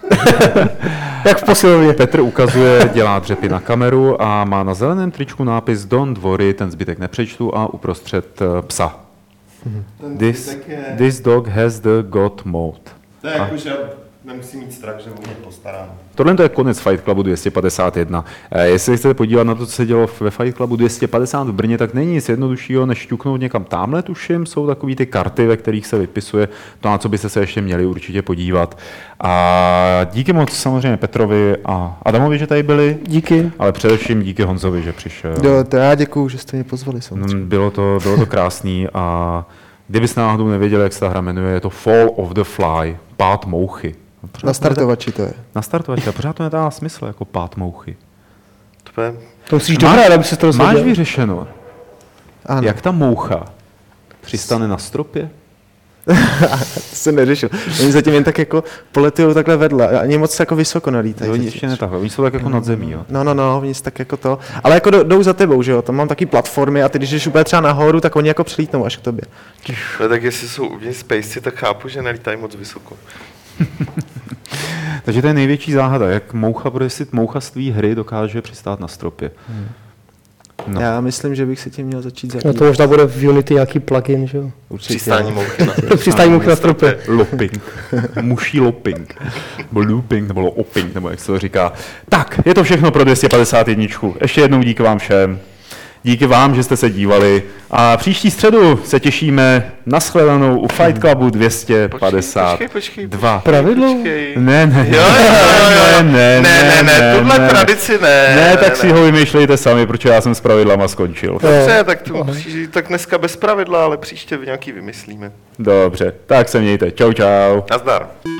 Jak v posilovně. Petr ukazuje, dělá dřepy na kameru a má na zeleném tričku nápis Don't worry, ten zbytek nepřečtu a uprostřed psa. This, this dog has the God mode. To je jako, že nemusí mít strach, že o mě postarám. Tohle to je konec Fight Clubu dvě stě padesát jedna. Eh, jestli chcete podívat na to, co se dělo ve Fight Clubu dvě stě padesát v Brně, tak není nic jednoduššího, než ťuknout někam tamhle, tuším, jsou takový ty karty, ve kterých se vypisuje to, na co byste se ještě měli určitě podívat. A díky moc samozřejmě Petrovi a Adamovi, že tady byli. Díky. Ale především díky Honzovi, že přišel. Jo, to já děkuju, že jste mě pozvali. Mm, bylo to, bylo to krásný a kdybyste náhodou nevěděli, jak se ta hra jmenuje, je to Fall of the Fly, pád mouchy. Na startovači to je. Na startovači, a pořád to nedává smysl, jako pád mouchy. To, je... to musíš dohrát, aby se to rozhodl. Máš vyřešeno, ano. Jak ta moucha přistane na stropě? To jsem neřešil. Oni zatím jen tak jako poletujou takhle vedle. Ani moc jako vysoko nelítají. Oni ještě ne takhle, oni jsou tak jako nad zemí. Jo. No, no, no, oni jsou tak jako to. Ale jako jdou za tebou, že jo? Tam mám taky platformy a ty, když jdeš úplně třeba nahoru, tak oni jako přilítnou až k tobě. No, tak jestli jsou uvnitř spacey, tak chápu, že nelítají moc vysoko. Takže to je největší záhada, jak moucha, jestli mouchaství hry dokáže přistát na stropě. Hmm. No. Já myslím, že bych se tím měl začít zabývat. No to možná bude v Unity nějaký plugin, že jo? Přistání mouchy na stropě. Přistání mouchy na stropě. Looping. Muší looping. Nebo looping, nebo looping, nebo jak se to říká. Tak, je to všechno pro dvě stě padesát jedna. Ještě jednou díky vám všem. Díky vám, že jste se dívali. A příští středu se těšíme na shledanou u Fight Clubu dvě stě padesát dva. Počkej, počkej, Pravidlo? počkej. Ne, ne, jo, jo, jo. ne, ne, ne, ne, ne, tuhle ne, tradici ne. Ne, tak ne, si ne. ho vymýšlejte sami, protože já jsem s pravidlama skončil. Dobře, tak, tu, tak dneska bez pravidla, ale příště nějaký vymyslíme. Dobře, tak se mějte. Čau, čau. Nazdar.